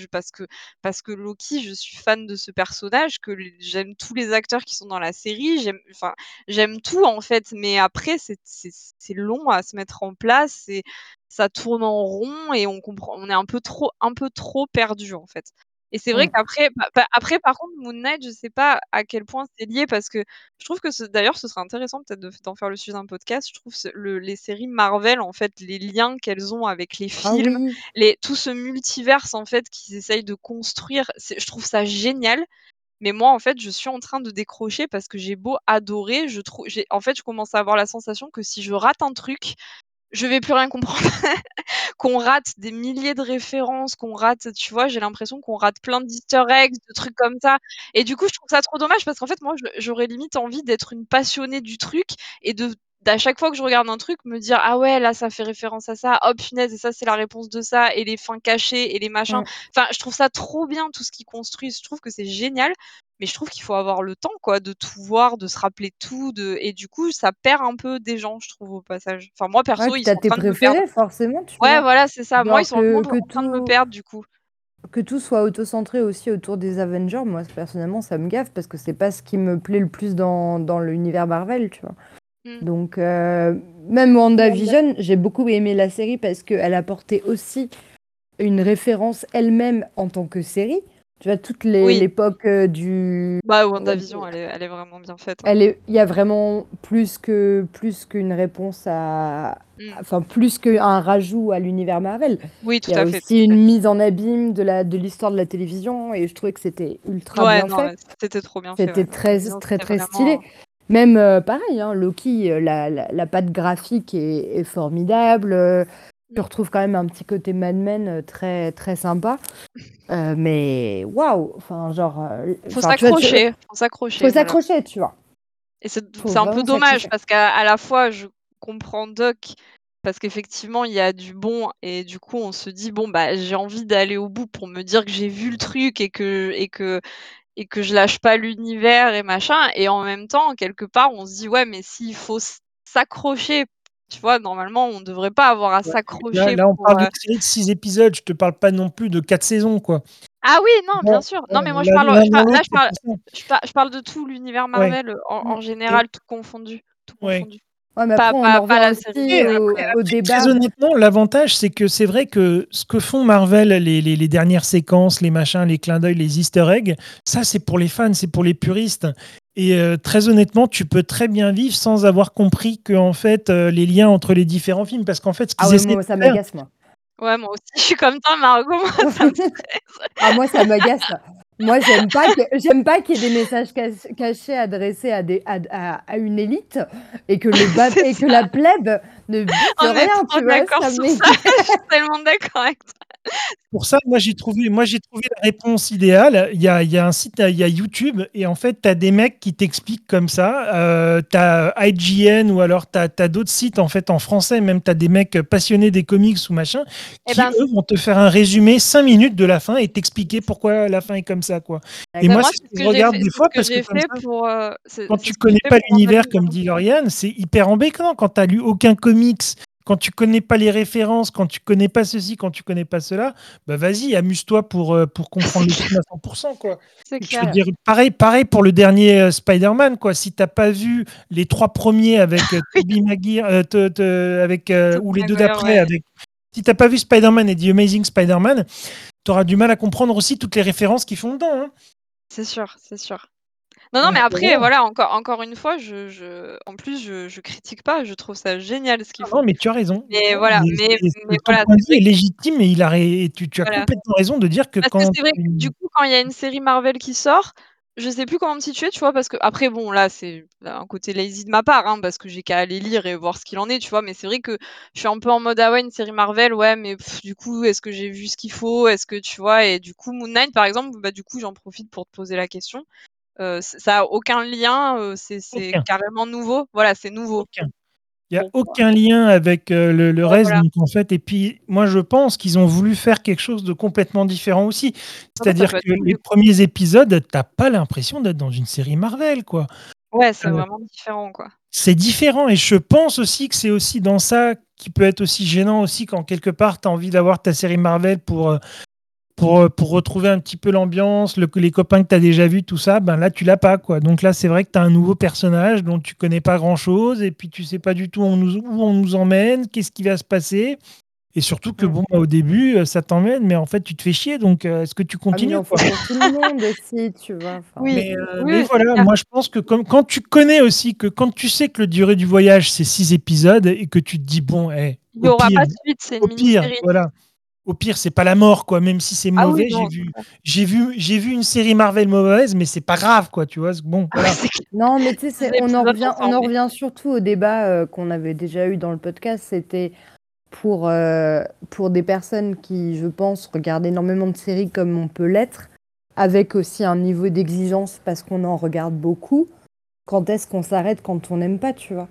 parce que Loki, je suis fan de ce personnage, que j'aime tous les acteurs qui sont dans la série, j'aime tout en fait, mais après c'est long à se mettre en place et ça tourne en rond et on est un peu trop perdu en fait. Et c'est vrai Mm. qu'après après par contre Moon Knight, je sais pas à quel point c'est lié parce que je trouve que d'ailleurs ce serait intéressant peut-être d'en faire le sujet d'un podcast. Je trouve les séries Marvel en fait, les liens qu'elles ont avec les Ah films, oui tout ce multiverse en fait qu'ils essayent de construire, je trouve ça génial. Mais moi, en fait, je suis en train de décrocher parce que j'ai beau adorer, en fait, je commence à avoir la sensation que si je rate un truc, je vais plus rien comprendre. Qu'on rate des milliers de références, qu'on rate, tu vois, j'ai l'impression qu'on rate plein d'easter eggs, de trucs comme ça. Et du coup, je trouve ça trop dommage parce qu'en fait, moi, j'aurais limite envie d'être une passionnée du truc et d'à chaque fois que je regarde un truc, me dire ah ouais, là, ça fait référence à ça, oh punaise, et ça, c'est la réponse de ça, et les fins cachées, et les machins. Mm. Enfin, je trouve ça trop bien, tout ce qu'ils construisent. Je trouve que c'est génial. Mais je trouve qu'il faut avoir le temps, quoi, de tout voir, de se rappeler tout, et du coup, ça perd un peu des gens, je trouve, au passage. Enfin, moi, ouais perso, puis ils sont t'as en tes train de me perdre. préférés forcément tu Ouais, vois voilà, c'est ça. Moi, ils genre sont vraiment que en train de me perdre, du coup. tout soit auto-centré aussi autour des Avengers, moi personnellement ça me gaffe parce que c'est pas ce qui me plaît le plus dans l'univers Marvel, tu vois. Mmh. Donc même WandaVision, j'ai beaucoup aimé la série parce qu'elle apportait aussi une référence elle-même en tant que série. Tu vois, toute Oui, l'époque du... bah, WandaVision, elle est vraiment bien faite, hein. Il y a vraiment plus qu'une réponse à... Mmh. Enfin, plus qu'un rajout à l'univers Marvel. Oui, tout Il y a à fait, tout aussi à une fait. mise en abîme de l'histoire de la télévision et je trouvais que c'était ultra Ouais, bien non, fait. c'était trop bien fait, C'était ouais. très, WandaVision, très, c'était très stylé. vraiment Même pareil, hein, Loki, la patte graphique est formidable. Tu mmh. retrouves quand même un petit côté Mad Men très, très sympa. Mais waouh! Enfin, genre. Faut Enfin, tu vois, s'accrocher, faut voilà. s'accrocher, tu vois. Et Faut c'est un peu vraiment dommage s'accrocher. parce qu'à la fois, je comprends Doc, parce qu'effectivement, il y a du bon et du coup, on se dit: «Bon, bah, j'ai envie d'aller au bout pour me dire que j'ai vu le truc et que je lâche pas l'univers et machin» et en même temps, quelque part, on se dit: «Ouais, mais s'il faut s'accrocher», tu vois? Normalement, on devrait pas avoir à Ouais, mais là s'accrocher là, on pour, parle d'une série de 6 épisodes, je te parle pas non plus de 4 saisons, quoi. Ah oui, non, bien Bon, sûr. Non, bon, mais moi l'un dans l'autre, c'est pour ça. je parle de tout l'univers Ouais. Marvel, Mm. en Et général, tout confondu, tout ouais. confondu. Ouais, mais après, on en Pas revient la aussi série. Et au débat. très honnêtement, l'avantage, c'est que c'est vrai que ce que font Marvel, les dernières séquences, les machins, les clins d'œil, les easter eggs, ça, c'est pour les fans, c'est pour les puristes. Et très honnêtement, tu peux très bien vivre sans avoir compris que, en fait, les liens entre les différents films, parce qu'en fait, ce Ah qu'ils ouais, essaient moi, de ça faire, m'agace, moi. Ouais, moi aussi, je suis comme toi, Margot, moi, ça me stresse. Ah, moi, ça m'agace. Moi, j'aime pas qu'il y ait des messages cachés adressés à une élite et que C'est et que ça. la plèbe ne bute On est rien, trop tu vois. d'accord Ça sur m'é- ça. Je suis tellement d'accord avec toi. pour ça, moi, j'ai trouvé la réponse idéale. Il y a un site, il y a YouTube, et en fait, tu as des mecs qui t'expliquent comme ça. Tu as IGN, ou alors tu as, d'autres sites, en fait, en français, même tu as des mecs passionnés des comics ou machin, Eh qui, ben, eux, vont te faire un résumé 5 minutes de la fin et t'expliquer pourquoi la fin est comme ça, quoi. Et bah, moi, moi, c'est ce que je regarde des c'est ce fois, que parce que j'ai comme fait ça, pour, quand c'est tu ce que j'ai connais fait pas pour l'univers, comme WandaVision. dit Lauriane, c'est hyper embêtant quand tu lu aucun comics, quand tu connais pas les références, quand tu connais pas ceci, quand tu connais pas cela. Bah vas-y, amuse-toi pour comprendre C'est le clair, film à 100%, quoi. c'est Je veux clair. dire, pareil pour le dernier Spider-Man, quoi. Si t'as pas vu les 3 premiers avec Oui, Tobey Maguire, avec, Tobey ou les 2 Maguire, d'après, ouais, avec... Si t'as pas vu Spider-Man et The Amazing Spider-Man, t'auras du mal à comprendre aussi toutes les références qu'ils font dedans, hein. c'est sûr, c'est sûr. Non, non, Donc, mais après, voilà. voilà, encore une fois, en plus, je critique pas, je trouve ça génial ce qu'ils Ah non, font. mais tu as raison. Mais Non, voilà, mais ton voilà, point de c'est vue vrai est que légitime, et tu as voilà. complètement raison de dire que Parce que quand c'est vrai que du coup, quand il y a une série Marvel qui sort, je sais plus comment me situer, tu vois? Parce que après bon, là, c'est un côté lazy de ma part, hein, parce que j'ai qu'à aller lire et voir ce qu'il en est, tu vois? Mais c'est vrai que je suis un peu en mode: «Ah ouais, une série Marvel, ouais, mais du coup, est-ce que j'ai vu ce qu'il faut? Est-ce que» tu vois? Et du coup, Moon Knight, par exemple, bah, du coup, j'en profite pour te poser la question. Ça a aucun lien, c'est aucun, carrément nouveau. Voilà, c'est nouveau. aucun. Il y a Bon, bah, aucun lien avec, le reste, voilà. donc en fait, et puis moi je pense qu'ils ont voulu faire quelque chose de complètement différent aussi. Ah bah, ça C'est-à-dire peut être que cool les du coup. premiers épisodes, tu as pas l'impression d'être dans une série Marvel, quoi. Ouais, c'est Heu, vraiment différent, quoi. c'est différent, et je pense aussi que c'est aussi dans ça qui peut être aussi gênant aussi, quand quelque part tu as envie d'avoir ta série Marvel pour retrouver un petit peu l'ambiance, les copains que tu as déjà vus, tout ça, ben là, tu l'as pas, quoi. Donc là, c'est vrai que tu as un nouveau personnage dont tu connais pas grand-chose, et puis tu sais pas du tout où on nous emmène, qu'est-ce qui va se passer. Et surtout que, Mm. bon, bah, au début, ça t'emmène, mais en fait, tu te fais chier, donc est-ce que tu Ah, mais il continues, en quoi? faut pour tout le monde aussi, tu vois. Enfin, Oui, Mais oui, c'est voilà, clair. moi, je pense que quand tu connais aussi, que quand tu sais que le durée du voyage, c'est 6 épisodes, et que tu te dis, bon, Il y aura pas de suite, c'est une mini-série. voilà. Au pire, c'est pas la mort, quoi. Même si c'est Ah oui, mauvais, non, c'est clair. j'ai vu une série Marvel mauvaise, mais c'est pas grave, quoi. Tu vois. Bon, Ah oui, voilà. c'est clair. non, mais tu sais, 10 épisodes, on on s'en en remet. revient surtout au débat qu'on avait déjà eu dans le podcast. C'était pour des personnes qui, je pense, regardent énormément de séries comme on peut l'être, avec aussi un niveau d'exigence parce qu'on en regarde beaucoup. Quand est-ce qu'on s'arrête quand on n'aime pas, tu vois?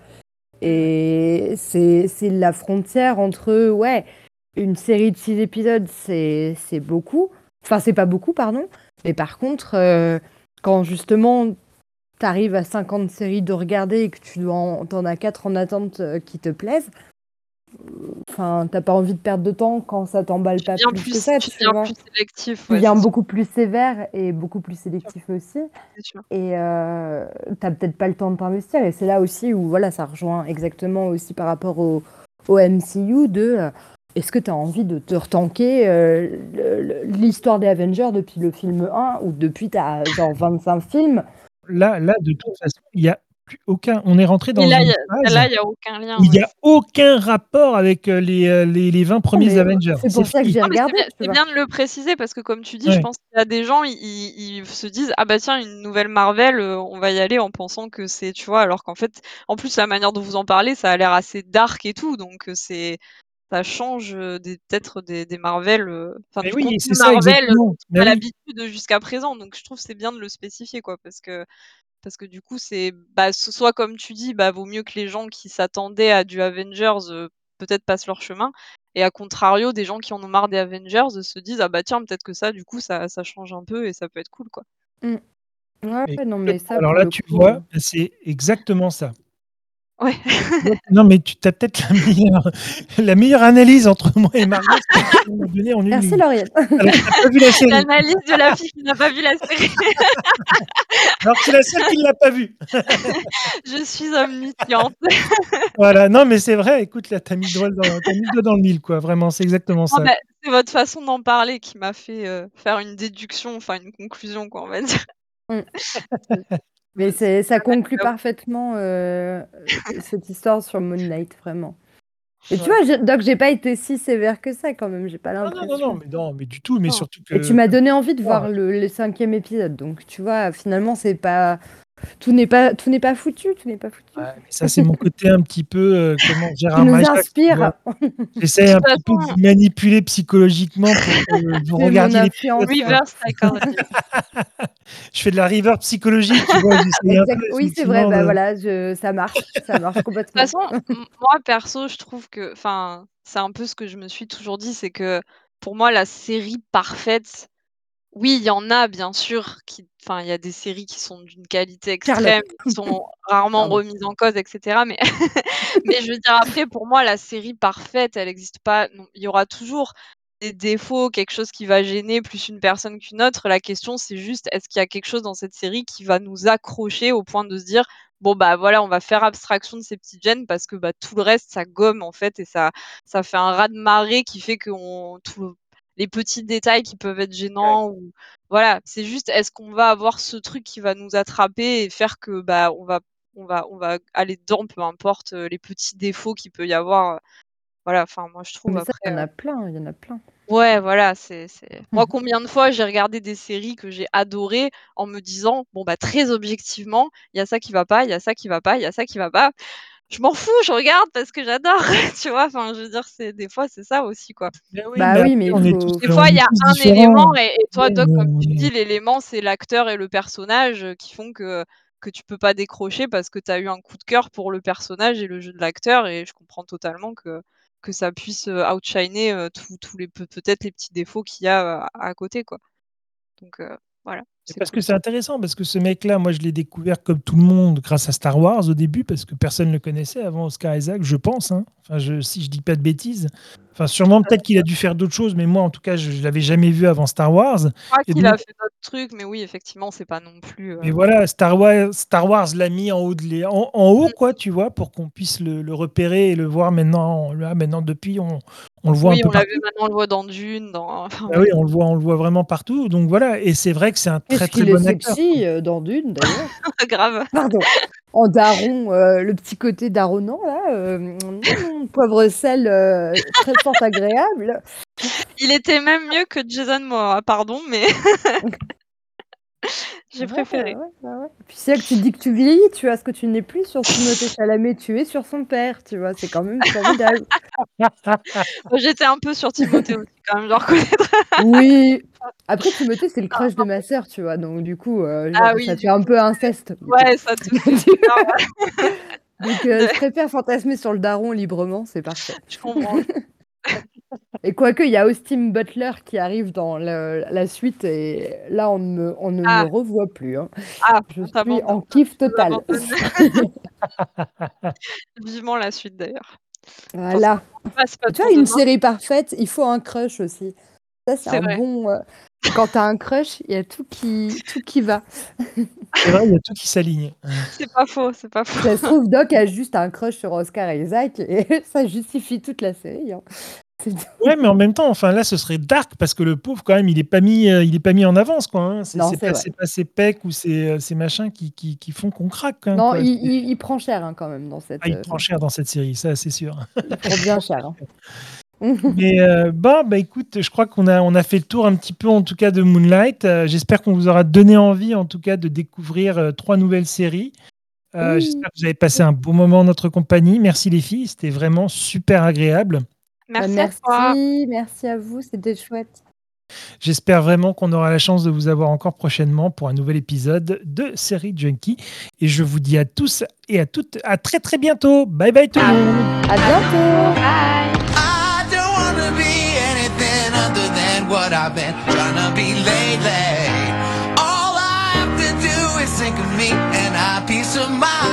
Et c'est la frontière entre, ouais, une série de 6 épisodes, c'est beaucoup. Enfin, c'est pas beaucoup, pardon. Mais par contre, quand justement t'arrives à 50 séries de regarder et que t'en as 4 en attente qui te plaisent, enfin, t'as pas envie de perdre de temps quand ça t'emballe pas plus que ça, Tu tu deviens vois. plus sélectif, Tu ouais, deviens c'est sûr, beaucoup plus sévère et beaucoup plus sûr, sélectif aussi. c'est sûr. Et t'as peut-être pas le temps de t'investir. Et c'est là aussi où voilà, ça rejoint exactement aussi par rapport au MCU de est-ce que tu as envie de te retanker l'histoire des Avengers depuis le film 1 ou depuis t'as genre 25 films. Là, de toute façon, il y a plus aucun. On est rentré Et dans là, une phase celle-là, il y a aucun lien, où il y ouais. a aucun rapport avec les 20 Non, premiers mais Avengers. c'est C'est pour ça que fini. j'ai Non, mais regardé, tu c'est vois. bien de le préciser parce que comme tu dis, je Ouais. pense qu'il y a des gens, ils se disent: «Ah bah tiens, une nouvelle Marvel, on va y aller» en pensant que c'est tu vois? Alors qu'en fait, en plus, la manière dont vous en parlez, ça a l'air assez dark et tout, donc ça change, peut-être des Marvel, enfin Mais du oui, contenu c'est ça Marvel, dont exactement. on Mais a oui. l'habitude jusqu'à présent, donc je trouve que c'est bien de le spécifier, quoi, parce que du coup, c'est bah, soit comme tu dis, bah, vaut mieux que les gens qui s'attendaient à du Avengers, peut-être passent leur chemin et à contrario, des gens qui en ont marre des Avengers, se disent: «Ah bah tiens, peut-être que ça, du coup, ça change un peu et ça peut être cool, quoi». Mm. Ouais, Mais non, mais complètement. ça, Alors pour là, le tu coup. vois, c'est exactement ça. Ouais. Non, mais tu as peut-être la meilleure analyse entre moi et Margot. m'a donné en une Merci ligne. Lauriane. Alors, t'as pas vu la série. L'analyse de la fille qui n'a pas vu la série. Alors, c'est la seule qui ne l'a pas vue. Je suis omnisciente. Voilà. Non, mais c'est vrai. Écoute, là, t'as mis le doigt dans le mille, quoi. Vraiment, c'est exactement Non, ça. bah, c'est votre façon d'en parler qui m'a fait faire une déduction, enfin une conclusion, quoi, on va dire. Mm. Mais ça conclut parfaitement cette histoire sur Moonlight, vraiment. Et tu Ouais. vois, Doc, j'ai pas été si sévère que ça quand même, j'ai pas l'impression. Non, mais du tout. Mais Non. surtout que. Et tu m'as donné envie de Ouais. voir le 5e épisode, donc tu vois, finalement, c'est pas. Tout n'est pas foutu, tout n'est pas foutu. Ouais, mais ça, c'est mon côté un petit peu, comment Tu Gérard nous Majac, tu inspires. vois. J'essaie un petit peu de vous manipuler psychologiquement pour que vous C'est mon regardiez influence. l'épisode. Reverse psychology. Je fais de la reverb psychologique, tu vois. J'essaie un peu, Oui, c'est vrai, effectivement, bah de- voilà, ça marche De toute complètement. façon, moi perso, je trouve que, enfin, c'est un peu ce que je me suis toujours dit, c'est que pour moi, la série parfaite, oui, il y en a bien sûr enfin, il y a des séries qui sont d'une qualité extrême, Charlotte. qui sont rarement Pardon. remises en cause, etc. Mais, mais je veux dire, après, pour moi, la série parfaite, elle n'existe pas. Non, il y aura toujours des défauts, quelque chose qui va gêner plus une personne qu'une autre. La question, c'est juste, est-ce qu'il y a quelque chose dans cette série qui va nous accrocher au point de se dire, bon, bah voilà, on va faire abstraction de ces petites gênes parce que bah, tout le reste, ça gomme en fait et ça fait un raz-de-marée qui fait que les petits détails qui peuvent être gênants ou voilà, c'est juste est-ce qu'on va avoir ce truc qui va nous attraper et faire que bah on va aller dedans, peu importe les petits défauts qu'il peut y avoir. Voilà, enfin moi je trouve Mais ça, après. il y en a plein, il y en a plein. Ouais, voilà, c'est. Moi, combien de fois j'ai regardé des séries que j'ai adorées en me disant, bon bah très objectivement, il y a ça qui va pas, il y a ça qui va pas, il y a ça qui va pas. Je m'en fous, je regarde parce que j'adore, tu vois. Enfin, je veux dire, des fois c'est ça aussi quoi. Mais oui, Bah mais oui, après, mais il on est faut. Des fois, on il y est a tous un différents. élément et toi, Ouais, Doc, comme tu mais- dis, l'élément, c'est l'acteur et le personnage qui font que tu peux pas décrocher parce que tu as eu un coup de cœur pour le personnage et le jeu de l'acteur et je comprends totalement que ça puisse outshiner tous les peut-être les petits défauts qu'il y a à côté quoi. Donc voilà, Et c'est parce que cool. c'est intéressant, parce que ce mec-là, moi, je l'ai découvert comme tout le monde grâce à Star Wars au début, parce que personne ne le connaissait avant Oscar Isaac, je pense. Hein. Enfin, si je dis pas de bêtises. Enfin, sûrement, peut-être qu'il a dû faire d'autres choses, mais moi, en tout cas, je l'avais jamais vu avant Star Wars. Je crois Et qu'il donc, a fait d'autres trucs, mais oui, effectivement, c'est pas non plus. mais voilà, Star Wars l'a mis en haut, en haut, Mm. quoi, tu vois, pour qu'on puisse le repérer et le voir maintenant. Là, maintenant, depuis, on le voit un Oui, peu on l'a vu partout. maintenant, on le voit dans Dune, dans. Enfin, Bah ouais. oui, on le voit vraiment partout. Donc voilà, et c'est vrai que c'est un très Qu'est-ce très qu'il est bon acteur, quoi. sexy dans Dune, d'ailleurs. Grave. Pardon. En daron, le petit côté daronnant, là, poivre sel, très fort agréable. Il était même mieux que Jason Momoa, pardon, mais j'ai Ouais, préféré. ouais. Puis c'est là que tu dis que tu vieillis, tu vois, ce que tu n'es plus sur Timothée Chalamet, tu es sur son père, tu vois, c'est quand même formidable. J'étais un peu sur Timothée aussi, quand même, je dois reconnaître. Oui. Après, Timothée, c'est le crush de ma sœur, tu vois, donc du coup, Ah genre, oui, ça du fait un coup, peu inceste. Du coup. ouais, ça te fait bizarre. Donc, je préfère fantasmer sur le daron librement, c'est parfait. Je comprends. Et quoique, il y a Austin Butler qui arrive dans la suite, et là, on ne me Ah, revoit plus. Hein. Je on suis t'abandonne. en kiff On total. t'abandonne. Vivement la suite, d'ailleurs. Enfin, Voilà. c'est pas Tu vois, pour une demain, série parfaite, il faut un crush aussi. Ça, c'est c'est un vrai. bon. Quand t'as un crush, il y a tout qui va. C'est vrai, il y a tout qui s'aligne. C'est pas faux, c'est pas faux. Ça se trouve, Doc a juste un crush sur Oscar Isaac et ça justifie toute la série. Hein. C'est tout. Ouais, mais en même temps, enfin là, ce serait dark parce que le pauvre, quand même, il est pas mis en avance, quoi. Hein. Non, C'est c'est pas, vrai. c'est pas ses pecs ou ces machins qui font qu'on craque, hein, Non, quoi. il prend cher hein, quand même dans cette. Ah, il prend cher dans cette série, ça, c'est sûr. Il prend bien cher. Hein. Mais bah écoute, je crois on a fait le tour un petit peu, en tout cas, de Moonlight. J'espère qu'on vous aura donné envie, en tout cas, de découvrir 3 nouvelles séries. Oui. J'espère que vous avez passé un bon moment en notre compagnie. Merci les filles, c'était vraiment super agréable. Merci à toi. Merci à vous, c'était chouette. J'espère vraiment qu'on aura la chance de vous avoir encore prochainement pour un nouvel épisode de Série Junkie. Et je vous dis à tous et à toutes à très très bientôt. Bye bye tout le monde. À bientôt. Bye. I don't wanna be anything other than what I've been trying to be lately. All I have to do is think of me and I peace of mind.